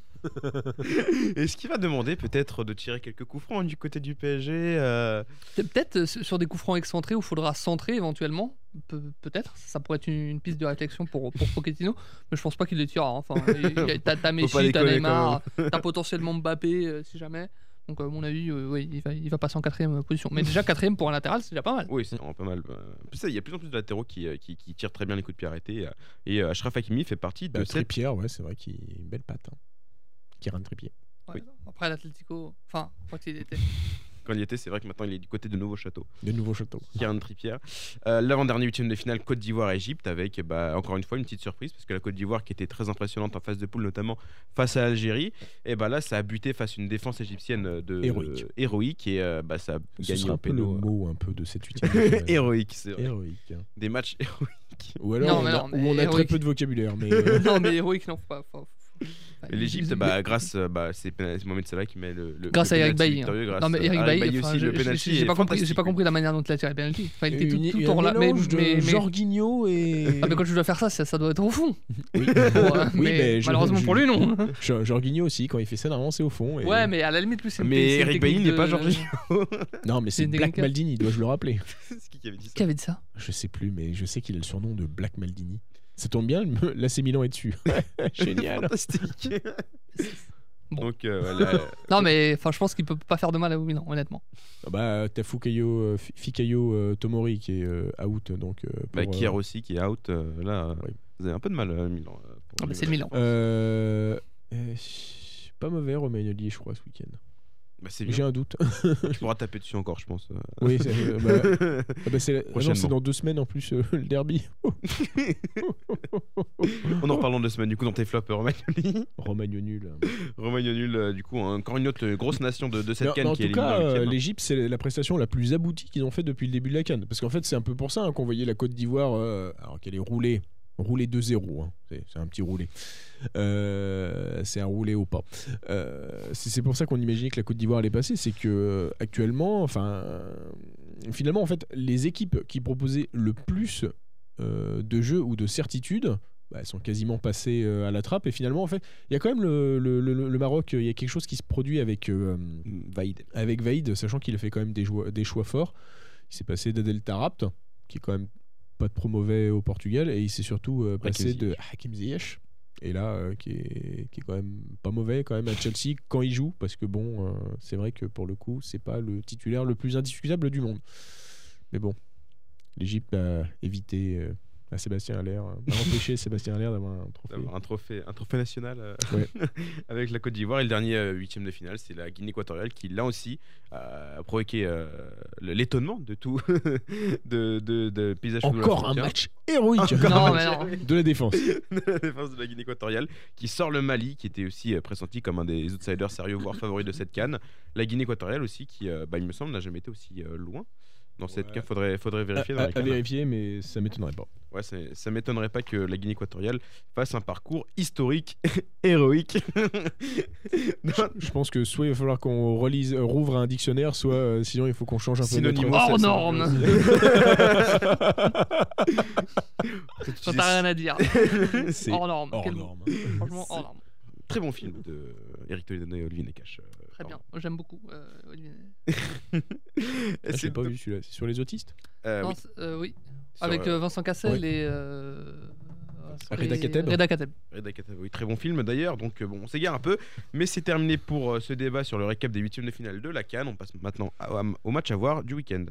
Est-ce qu'il va demander peut-être de tirer quelques coups francs du côté du P S G euh, Pe- Peut-être euh, sur des coups francs excentrés où il faudra centrer éventuellement. Pe- Peut-être, ça pourrait être une, une piste de réflexion pour, pour Pochettino, mais je pense pas qu'il les tirera. hein. Enfin, il- il y a- t'as t'as pas Messi, t'as déconner, Neymar, t'as potentiellement Mbappé euh, si jamais. Donc à mon avis, euh, oui, il va, il va passer en quatrième position. Mais déjà quatrième pour un latéral, c'est déjà pas mal. Oui, c'est vraiment pas mal. Euh, en plus, ça, il y a de plus en plus de latéraux qui, euh, qui, qui tirent très bien les coups de pied arrêtés. euh, Et euh, Achraf Hakimi fait partie de Bah, cette. Trippier, ouais, c'est vrai qu'il a une belle patte. Hein. Kieran Trippier. Ouais, Après l'Atlético, enfin, quand il était. Quand il y était, c'est vrai que maintenant il est du côté de Nouveau Château. De nouveau château. Kieran Trippier. Euh, L'avant-dernier huitième de finale, Côte d'Ivoire-Égypte, avec bah, encore une fois une petite surprise, parce que la Côte d'Ivoire qui était très impressionnante en phase de poule, notamment face à l'Algérie, et bah là ça a buté face à une défense égyptienne de Héroïque. euh, héroïque et euh, bah, ça a Ce gagné sera au un peu le péno. mot un peu de cette huitième. de finale. Héroïque, c'est vrai. Héroïque. hein. Des matchs héroïques. Ou alors Non, on mais a, non, mais où on a très héroïque. peu de vocabulaire. Mais euh, non, mais héroïque, non, faut pas. faut- faut- enfin, Et L'Égypte, ils- bah, grâce, euh, bah, c'est Pen- c'est Mohamed Salah qui met le, le Grâce le à Eric penalty Bailly. hein. victorieux, grâce Non, mais Eric à Bailly, Bailly enfin, aussi, je- le je- penalty j'ai est pas compris, j'ai fantastique. pas compris la manière dont il a tiré le penalty. Enfin, il il y était a tout, une- tout il y a en un la- mais, mélange de mais, mais- Jorginho et. Ah, mais quand tu dois faire ça, ça, ça doit être au fond. Oui, Bon, euh, Oui, mais mais je- malheureusement je- pour lui, non. Jo- Jorginho aussi, quand il fait ça, normalement c'est au fond. Et... Ouais, mais à la limite, lui, c'est une Mais c'est une Eric Bailly technique n'est pas de- Jorginho. Non, mais c'est c'est une Black technique. Maldini, dois-je le rappeler. C'est qui qui avait dit ça Qui avait dit ça? Je sais plus, mais je sais qu'il a le surnom de Black Maldini. Ça tombe bien, l'A C Milan est dessus. Génial. Fantastique. Bon. Donc, euh, voilà. Non, mais enfin, je pense qu'il peut pas faire de mal à Milan, honnêtement. Ah bah, t'as Fukayo, euh, Fikayo euh, Tomori qui est euh, out. Donc, euh, pour, Bah, Kier euh, aussi qui est out. euh, là, oui. vous avez un peu de mal, euh, Milan. euh, pour Ah, bah, le- c'est le Milan. euh, euh, pas mauvais, Romagnoli, je crois, ce week-end. Bah, c'est J'ai bien. un doute. Tu pourras taper dessus encore, je pense. euh. Oui, c'est, euh, bah, ah bah, c'est, la- ah non, Prochainement. c'est dans deux semaines en plus, euh, le derby. On en reparlant de semaine, du coup, dans tes flops, euh, Romagnoli. Romagno nul. Romagno nul, euh, du coup, encore une autre euh, grosse nation de, de cette Mais- canne mais en qui est tout cas, éliminée en euh, huitième, hein. l'Égypte, c'est la prestation la plus aboutie qu'ils ont fait depuis le début de la CAN. Parce qu'en fait, c'est un peu pour ça hein, qu'on voyait la Côte d'Ivoire, euh, alors qu'elle est roulée, roulée deux zéro. Hein. C'est, c'est un petit roulé. Euh, c'est un roulé au pas. Euh, c'est, c'est pour ça qu'on imaginait que la Côte d'Ivoire allait passer. C'est que euh, actuellement, enfin, euh, finalement, en fait, les équipes qui proposaient le plus euh, de jeux ou de certitudes, bah, elles sont quasiment passées euh, à la trappe. Et finalement, en fait, il y a quand même le, le, le, le Maroc. Il y a quelque chose qui se produit avec euh, Vaïd. avec Vaïd, sachant qu'il a fait quand même des, joie- des choix forts. Il s'est passé d'Adel Tarabt, qui est quand même pas de pro mauvais au Portugal, et il s'est surtout euh, passé Hakim de Hakim Ziyech, et là, euh, qui, est, qui est quand même pas mauvais quand même à Chelsea quand il joue, parce que bon, euh, c'est vrai que pour le coup, c'est pas le titulaire le plus indiscutable du monde. Mais bon, l'Égypte a évité euh, à Sébastien Haller, euh, a empêché Sébastien Haller d'avoir un trophée. D'avoir un trophée, un trophée national euh, Ouais. avec la Côte d'Ivoire. Et le dernier euh, huitième de finale, c'est la Guinée équatoriale qui, là aussi, euh, a provoqué euh, le- l'étonnement de tout, de, de, de paysage football Encore un frontière. match héroïque Encore Non, un mais match non. héroïque de la défense. de la défense de la Guinée équatoriale qui sort le Mali, qui était aussi euh, pressenti comme un des outsiders sérieux, voire favoris de cette CAN. La Guinée équatoriale aussi, qui, euh, bah, il me semble, n'a jamais été aussi euh, loin. Dans cette Ouais. CAN, faudrait, faudrait vérifier. À, dans à- les à CAN. vérifier, mais ça m'étonnerait pas. Ouais, c'est- ça m'étonnerait pas que la Guinée équatoriale fasse un parcours historique, héroïque. Non, Je pense que soit il va falloir qu'on relise, euh, rouvre un dictionnaire, soit euh, sinon il faut qu'on change un peu synonyme. notre... Hors ça- ça- norme. Ça t'as rien à dire. C'est Hors norme. hors Quel- norme. Franchement, hors norme. Très bon film de Eric Toledano et Olivier Nakache. euh, Très bien. pardon. J'aime beaucoup. euh, Olivier. Ah, je C'est l'ai pas de- vu celui-là. C'est sur les autistes euh, Non, oui, c'est- euh, oui. sur, Avec euh, euh, Vincent Cassel ouais. et. euh, Reda et- Kateb. Reda Kateb. Reda Kateb, oui, très bon film d'ailleurs. Donc euh, bon, on s'égare un peu, mais c'est terminé pour euh, ce débat sur le récap des huitièmes de finale de la CAN. On passe maintenant à- à- au match à voir du week-end.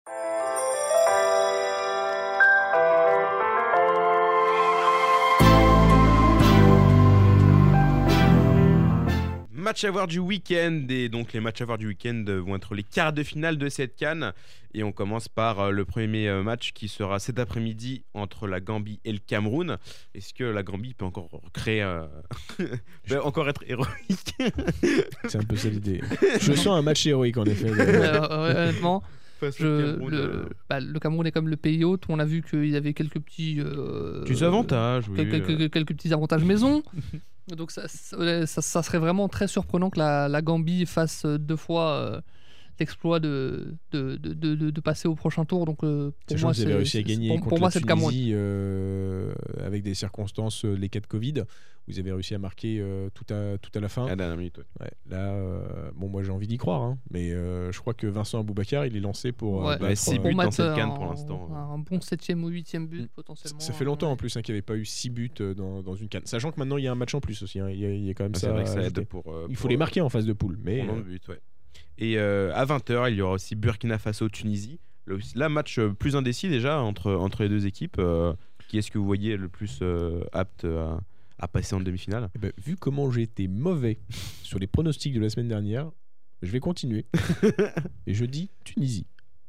Match à voir du week-end, et donc les matchs à voir du week-end vont être les quarts de finale de cette CAN. Et on commence par euh, le premier euh, match qui sera cet après-midi entre la Gambie et le Cameroun. Est-ce que la Gambie peut encore créer, euh, peut encore être héroïque? C'est un peu ça l'idée. Je sens un match héroïque en effet. Euh, honnêtement, face au je- Cameroun, le, euh, bah, le Cameroun est comme le pays hôte. On a vu qu'il y avait quelques petits. euh, Petits avantages, oui, quelques, euh. quelques- quelques petits avantages maison. Donc ça, ça, ça- ça serait vraiment très surprenant que la, la Gambie fasse euh, deux fois euh, l'exploit de, de, de, de, de- de passer au prochain tour. Donc euh, pour Sachant moi, que vous avez c'est- réussi à c'est- gagner pour, contre pour moi, la c'est le Cameroun. Tunisie euh, avec des circonstances, euh, les cas de Covid. Vous avez réussi à marquer euh, tout, à, tout à la fin. à la dernière minute, ouais. Ouais, là, euh, bon, moi j'ai envie d'y croire, hein, mais euh, je crois que Vincent Aboubakar, il est lancé pour. euh, Ouais. battre, Ouais, six euh, buts dans mettre, cette euh, CAN un- pour l'instant. Un bon septième ou huitième but Mm. potentiellement. Ça fait longtemps en ouais. plus hein, qu'il n'y avait pas eu six buts euh, dans, dans une canne. Sachant que maintenant il y a un match en plus aussi. hein. Il, y a, il y a quand même Ah, ça. c'est vrai que à ça ajouter. aide pour. euh, Il faut pour, les euh, marquer en phase de poule. Mais pour le euh, nombre de buts, ouais. Et euh, à vingt heures, il y aura aussi Burkina Faso-Tunisie. Là, aussi- là, match euh, plus indécis déjà entre, entre les deux équipes. Euh, qui est-ce que vous voyez le plus euh, apte à, à passer en demi-finale? eh ben, vu comment j'ai été mauvais sur les pronostics de la semaine dernière, je vais continuer. Et je dis Tunisie.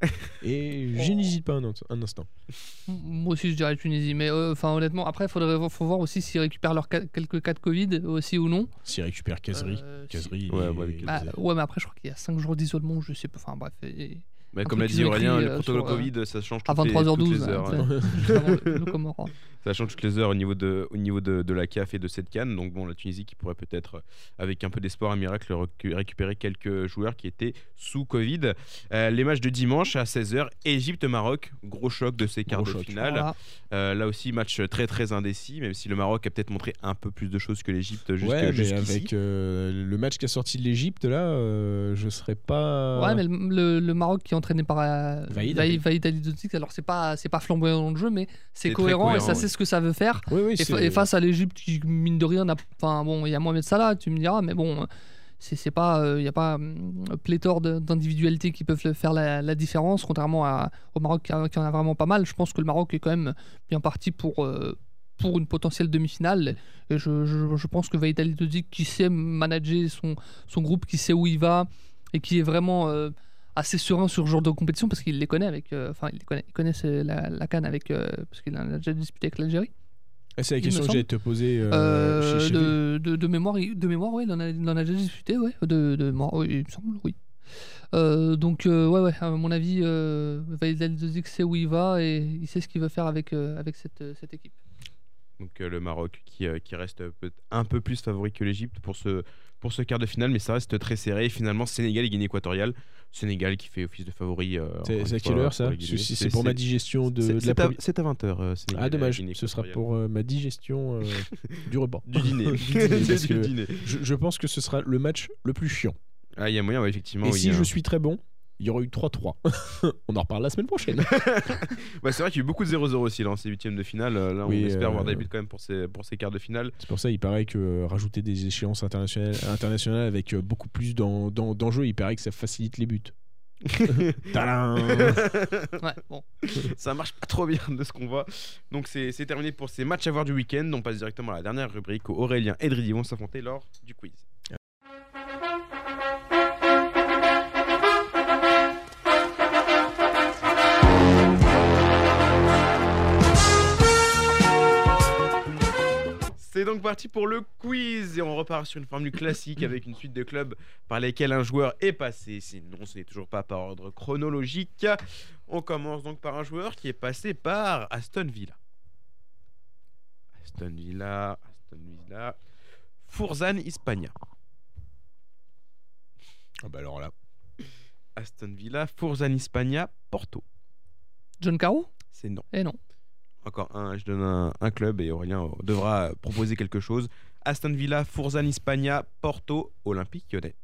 Et je n'hésite pas un, int- un instant. Moi aussi, je dirais Tunisie. Mais euh, enfin, honnêtement, après, il faudrait vo- faut voir aussi s'ils récupèrent leurs ca- quelques cas de Covid aussi ou non. S'il récupère Kazri. Euh, si- Kazri, Ouais, il- ouais, avec Bah, Kazri. ouais, mais après, je crois qu'il y a cinq jours d'isolement. Je sais pas. Enfin, bref. et- Mais Un comme truc l'a qu'ils dit ont Aurélien, écrit, le euh, protocole sur, euh, Covid, ça change À toutes les, vingt-trois heures toutes douze. les heures. hein, ouais. juste avant le- le Comoran. Ça change toutes les heures au niveau de, au niveau de, de la C A F et de cette CAN. Donc bon, la Tunisie qui pourrait peut-être, euh, avec un peu d'espoir, un miracle, recu- récupérer quelques joueurs qui étaient sous Covid. Euh, les matchs de dimanche à seize heures, Égypte-Maroc, gros choc de ces quarts Gros de choc. finale. Voilà. Euh, là aussi, match très très indécis, même si le Maroc a peut-être montré un peu plus de choses que l'Égypte jusque- Ouais, mais jusqu'ici. avec euh, le match qui a sorti de l'Égypte, là, euh, je serais pas. Ouais, mais le, le- le Maroc qui, en- entraîné par euh, Vahid. Vahid Vahid Halilhodžić. Alors c'est pas c'est pas flamboyant dans le jeu, mais c'est C'est cohérent, très et ça cohérent, sait ouais. ce que ça veut faire. Oui, oui, Et, c'est- fa- et face à l'Égypte, qui mine de rien, n'a- enfin bon, il y a Mohamed Salah, tu me diras, mais bon, c'est c'est pas, il y a pas hum, pléthore de- d'individualités qui peuvent le- faire la, la différence, contrairement à, au Maroc qui, a- qui en a vraiment pas mal. Je pense que le Maroc est quand même bien parti pour euh, pour une potentielle demi-finale. Et je, je, je pense que Vahid Halilhodžić, qui sait manager son son groupe, qui sait où il va et qui est vraiment euh, assez serein sur ce genre de compétition, parce qu'il les connaît avec, euh, enfin il les connaît, il connaît ce- la, la CAN avec, euh, parce qu'il en a déjà disputé avec l'Algérie. Ah, c'est la il me question que semble. j'allais te poser. euh, Euh, chez- chez lui. de, de, de mémoire, il- de mémoire, ouais, il en a, il en a déjà discuté, ouais, de, de mémoire, oui, il me semble, oui. Euh, donc, euh, ouais, ouais, à mon avis, euh, Vahid Halilhodžić sait où il va et il sait ce qu'il veut faire avec, euh, avec cette, euh, cette équipe. Donc euh, le Maroc qui, euh, qui reste peut- un peu plus favori que l'Égypte pour ce, pour ce quart de finale, mais ça reste très serré. Et finalement, Sénégal et Guinée équatoriale. Sénégal qui fait office de favori. euh, encore C'est une c'est à fois, quelle heure pour ça la Guinée. C'est c'est pour ma digestion de, c'est- de c'est la à- première- C'est à vingt heures. Ah dommage, ce sera pour euh, ma digestion euh, du repas. Du dîner. Du dîner, parce Du que dîner. je, je pense que ce sera le match le plus chiant. Ah, il y a moyen, ouais, effectivement. Et oui, si hein. je suis très bon, il y aura eu trois trois. On en reparle la semaine prochaine. Ouais, c'est vrai qu'il y a eu beaucoup de zéro zéro aussi dans ces huitièmes de finale. Euh, Là, on Oui, espère euh, voir des buts quand même pour ces, pour ces quarts de finale. C'est pour ça il paraît que euh, rajouter des échéances internationales, internationales avec euh, beaucoup plus d'en- d'en- d'enjeux, il paraît que ça facilite les buts. Tadam. Ouais, bon. Ça marche pas trop bien de ce qu'on voit. Donc c'est c'est terminé pour ces matchs à voir du week-end. On passe directement à la dernière rubrique où Aurélien et Dridi vont s'affronter lors du quiz. C'est donc parti pour le quiz et on repart sur une formule classique avec une suite de clubs par lesquels un joueur est passé. Sinon, ce n'est toujours pas par ordre chronologique. On commence donc par un joueur qui est passé par Aston Villa. Aston Villa, Aston Villa, Forzan Hispania. Ah bah alors là. Aston Villa, Forzan Hispania, Porto. John Carew? C'est non. Eh non. Encore un, je donne un, un club et Aurélien devra proposer quelque chose. Aston Villa, Forzan Hispania, Porto, Olympique Lyonnais.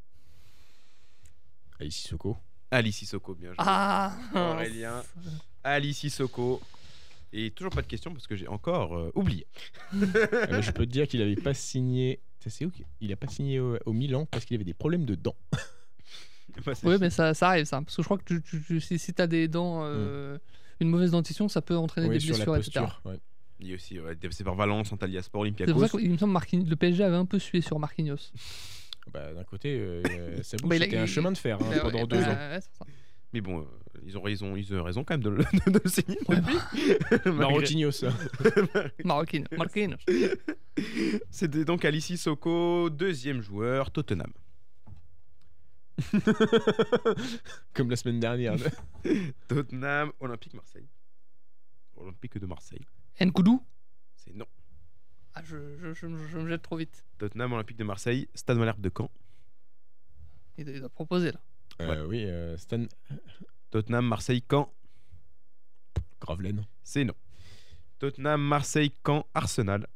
Allez, Sissoko. Ali Sissoko, bien joué. Ah Aurélien. Ali Sissoko. Et toujours pas de question parce que j'ai encore euh, oublié. Ah bah, je peux te dire qu'il avait pas signé. Ça, c'est ok. Il a pas signé au, au Milan parce qu'il avait des problèmes de dents. Bah, c'est- Oui, mais ça, ça arrive, ça. Parce que je crois que tu, tu- tu- si, si tu as des dents, euh, une mauvaise dentition, ça peut entraîner Ouais, des sur la blessures, et cetera. posture. Ouais. Il y a aussi ouais, c'est par Valence, Antalya Sport, C'est pour Olympiakos. ça qu'il me semble que le P S G avait un peu sué sur Marquinhos. Bah, d'un côté, euh, euh, ça bouge, Bah, il a- c'était un il- chemin de fer hein, Euh, pendant ouais, deux bah, ans. ouais, c'est ça. Mais bon, euh, ils, ont raison, ils ont raison quand même de le, de le signer Ouais, depuis. Malgré- Maroquinho, ça. Marocaine, Marquinhos. C'était donc Ali Sissoko, deuxième joueur, Tottenham. Comme la semaine dernière. Tottenham, Olympique Marseille. Olympique de Marseille. Nkoudou? C'est non. Ah, je, je, je, je me jette trop vite. Tottenham, Olympique de Marseille, Stade Malherbe de Caen. Il doit, il doit proposer là. Euh, oui, euh, Stan Tottenham, Marseille, Caen. Gravelaine. C'est non. Tottenham, Marseille, Caen, Arsenal.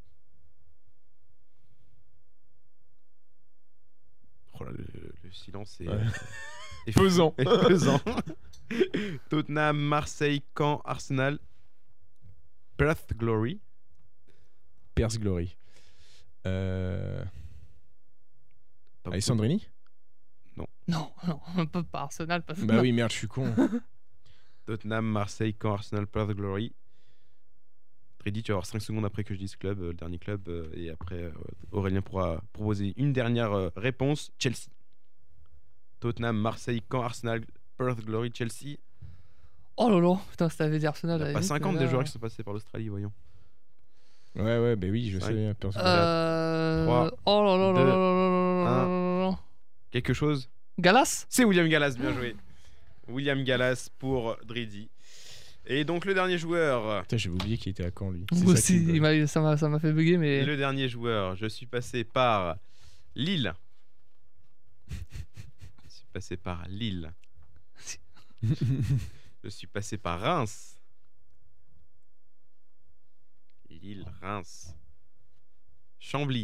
Oh là, le, le silence est, Ouais. est Pesant. est pesant. Tottenham, Marseille, Caen, Arsenal. Perth Glory. Perse Glory. Euh... Pas Alessandrini. Non, non, on peut pas Arsenal parce que. Bah non. oui, merde, je suis con. Tottenham, Marseille, Caen, Arsenal, Perth Glory. Freddy, tu vas avoir cinq secondes après que je dise club, euh, le dernier club, euh, et après euh, Aurélien pourra proposer une dernière euh, réponse. Chelsea. Tottenham, Marseille, Caen, Arsenal, Perth Glory, Chelsea. Oh là là, putain, si t'avais dit Arsenal. Il à n'y la a pas limite, cinquante mais des là- joueurs qui sont passés par l'Australie, voyons. Ouais, ouais, bah oui, je Cinq. sais bien. Perse Glory. Euh... Trois, oh là là là deux, là là là là là là. Quelque chose. Galas? C'est William Gallas, bien joué. William Gallas pour Dridi. Et donc le dernier joueur. Putain, j'avais oublié qu'il était à Caen, lui. C'est Moi ça qui aussi, me- il m'a- ça m'a ça m'a fait bugger, mais. Le dernier joueur, je suis passé par Lille. Je suis passé par Lille. Je suis passé par Reims. Lille, Reims. Chambly.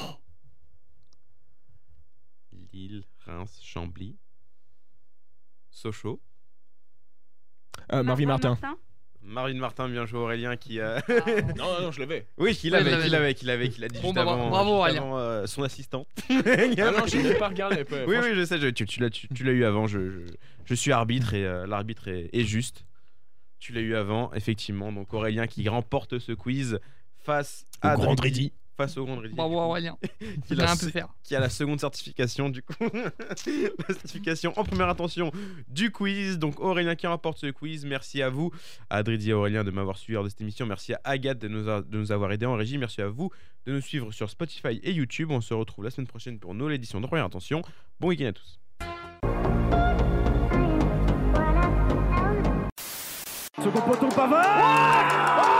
Lille, Reims, Chambly. Sochaux. Euh, Marvin Martin. Marvin Martin, bien joué Aurélien qui a. Non, non, je l'avais. Oui, qu'il Ouais, avait, il l'avait. qu'il avait, qu'il avait, qu'il a dit Bon, juste bah, avant, bravo, juste Aurélien. avant, euh, son assistant. Ah non, j'ai même pas regardé. pas- Oui, franchement. oui, je sais, je- tu, tu l'as, tu, tu l'as eu avant. Je, je, je suis arbitre et euh, l'arbitre est, est juste. Tu l'as eu avant, effectivement. Donc Aurélien qui remporte ce quiz face Au à grand Dridi, Dridi. face au grand Dridi, Bravo du coup, Aurélien. qui, Il a a la un se- peu faire. qui a la seconde certification du coup. La certification en première intention du quiz. Donc Aurélien qui remporte ce quiz. Merci à vous, à Dridi et Aurélien de m'avoir suivi lors de cette émission. Merci à Agathe de nous, a- de nous avoir aidés en régie. Merci à vous de nous suivre sur Spotify et YouTube. On se retrouve la semaine prochaine pour une nouvelle édition de Première Intention. Bon week-end à tous. Second poteau Pavard.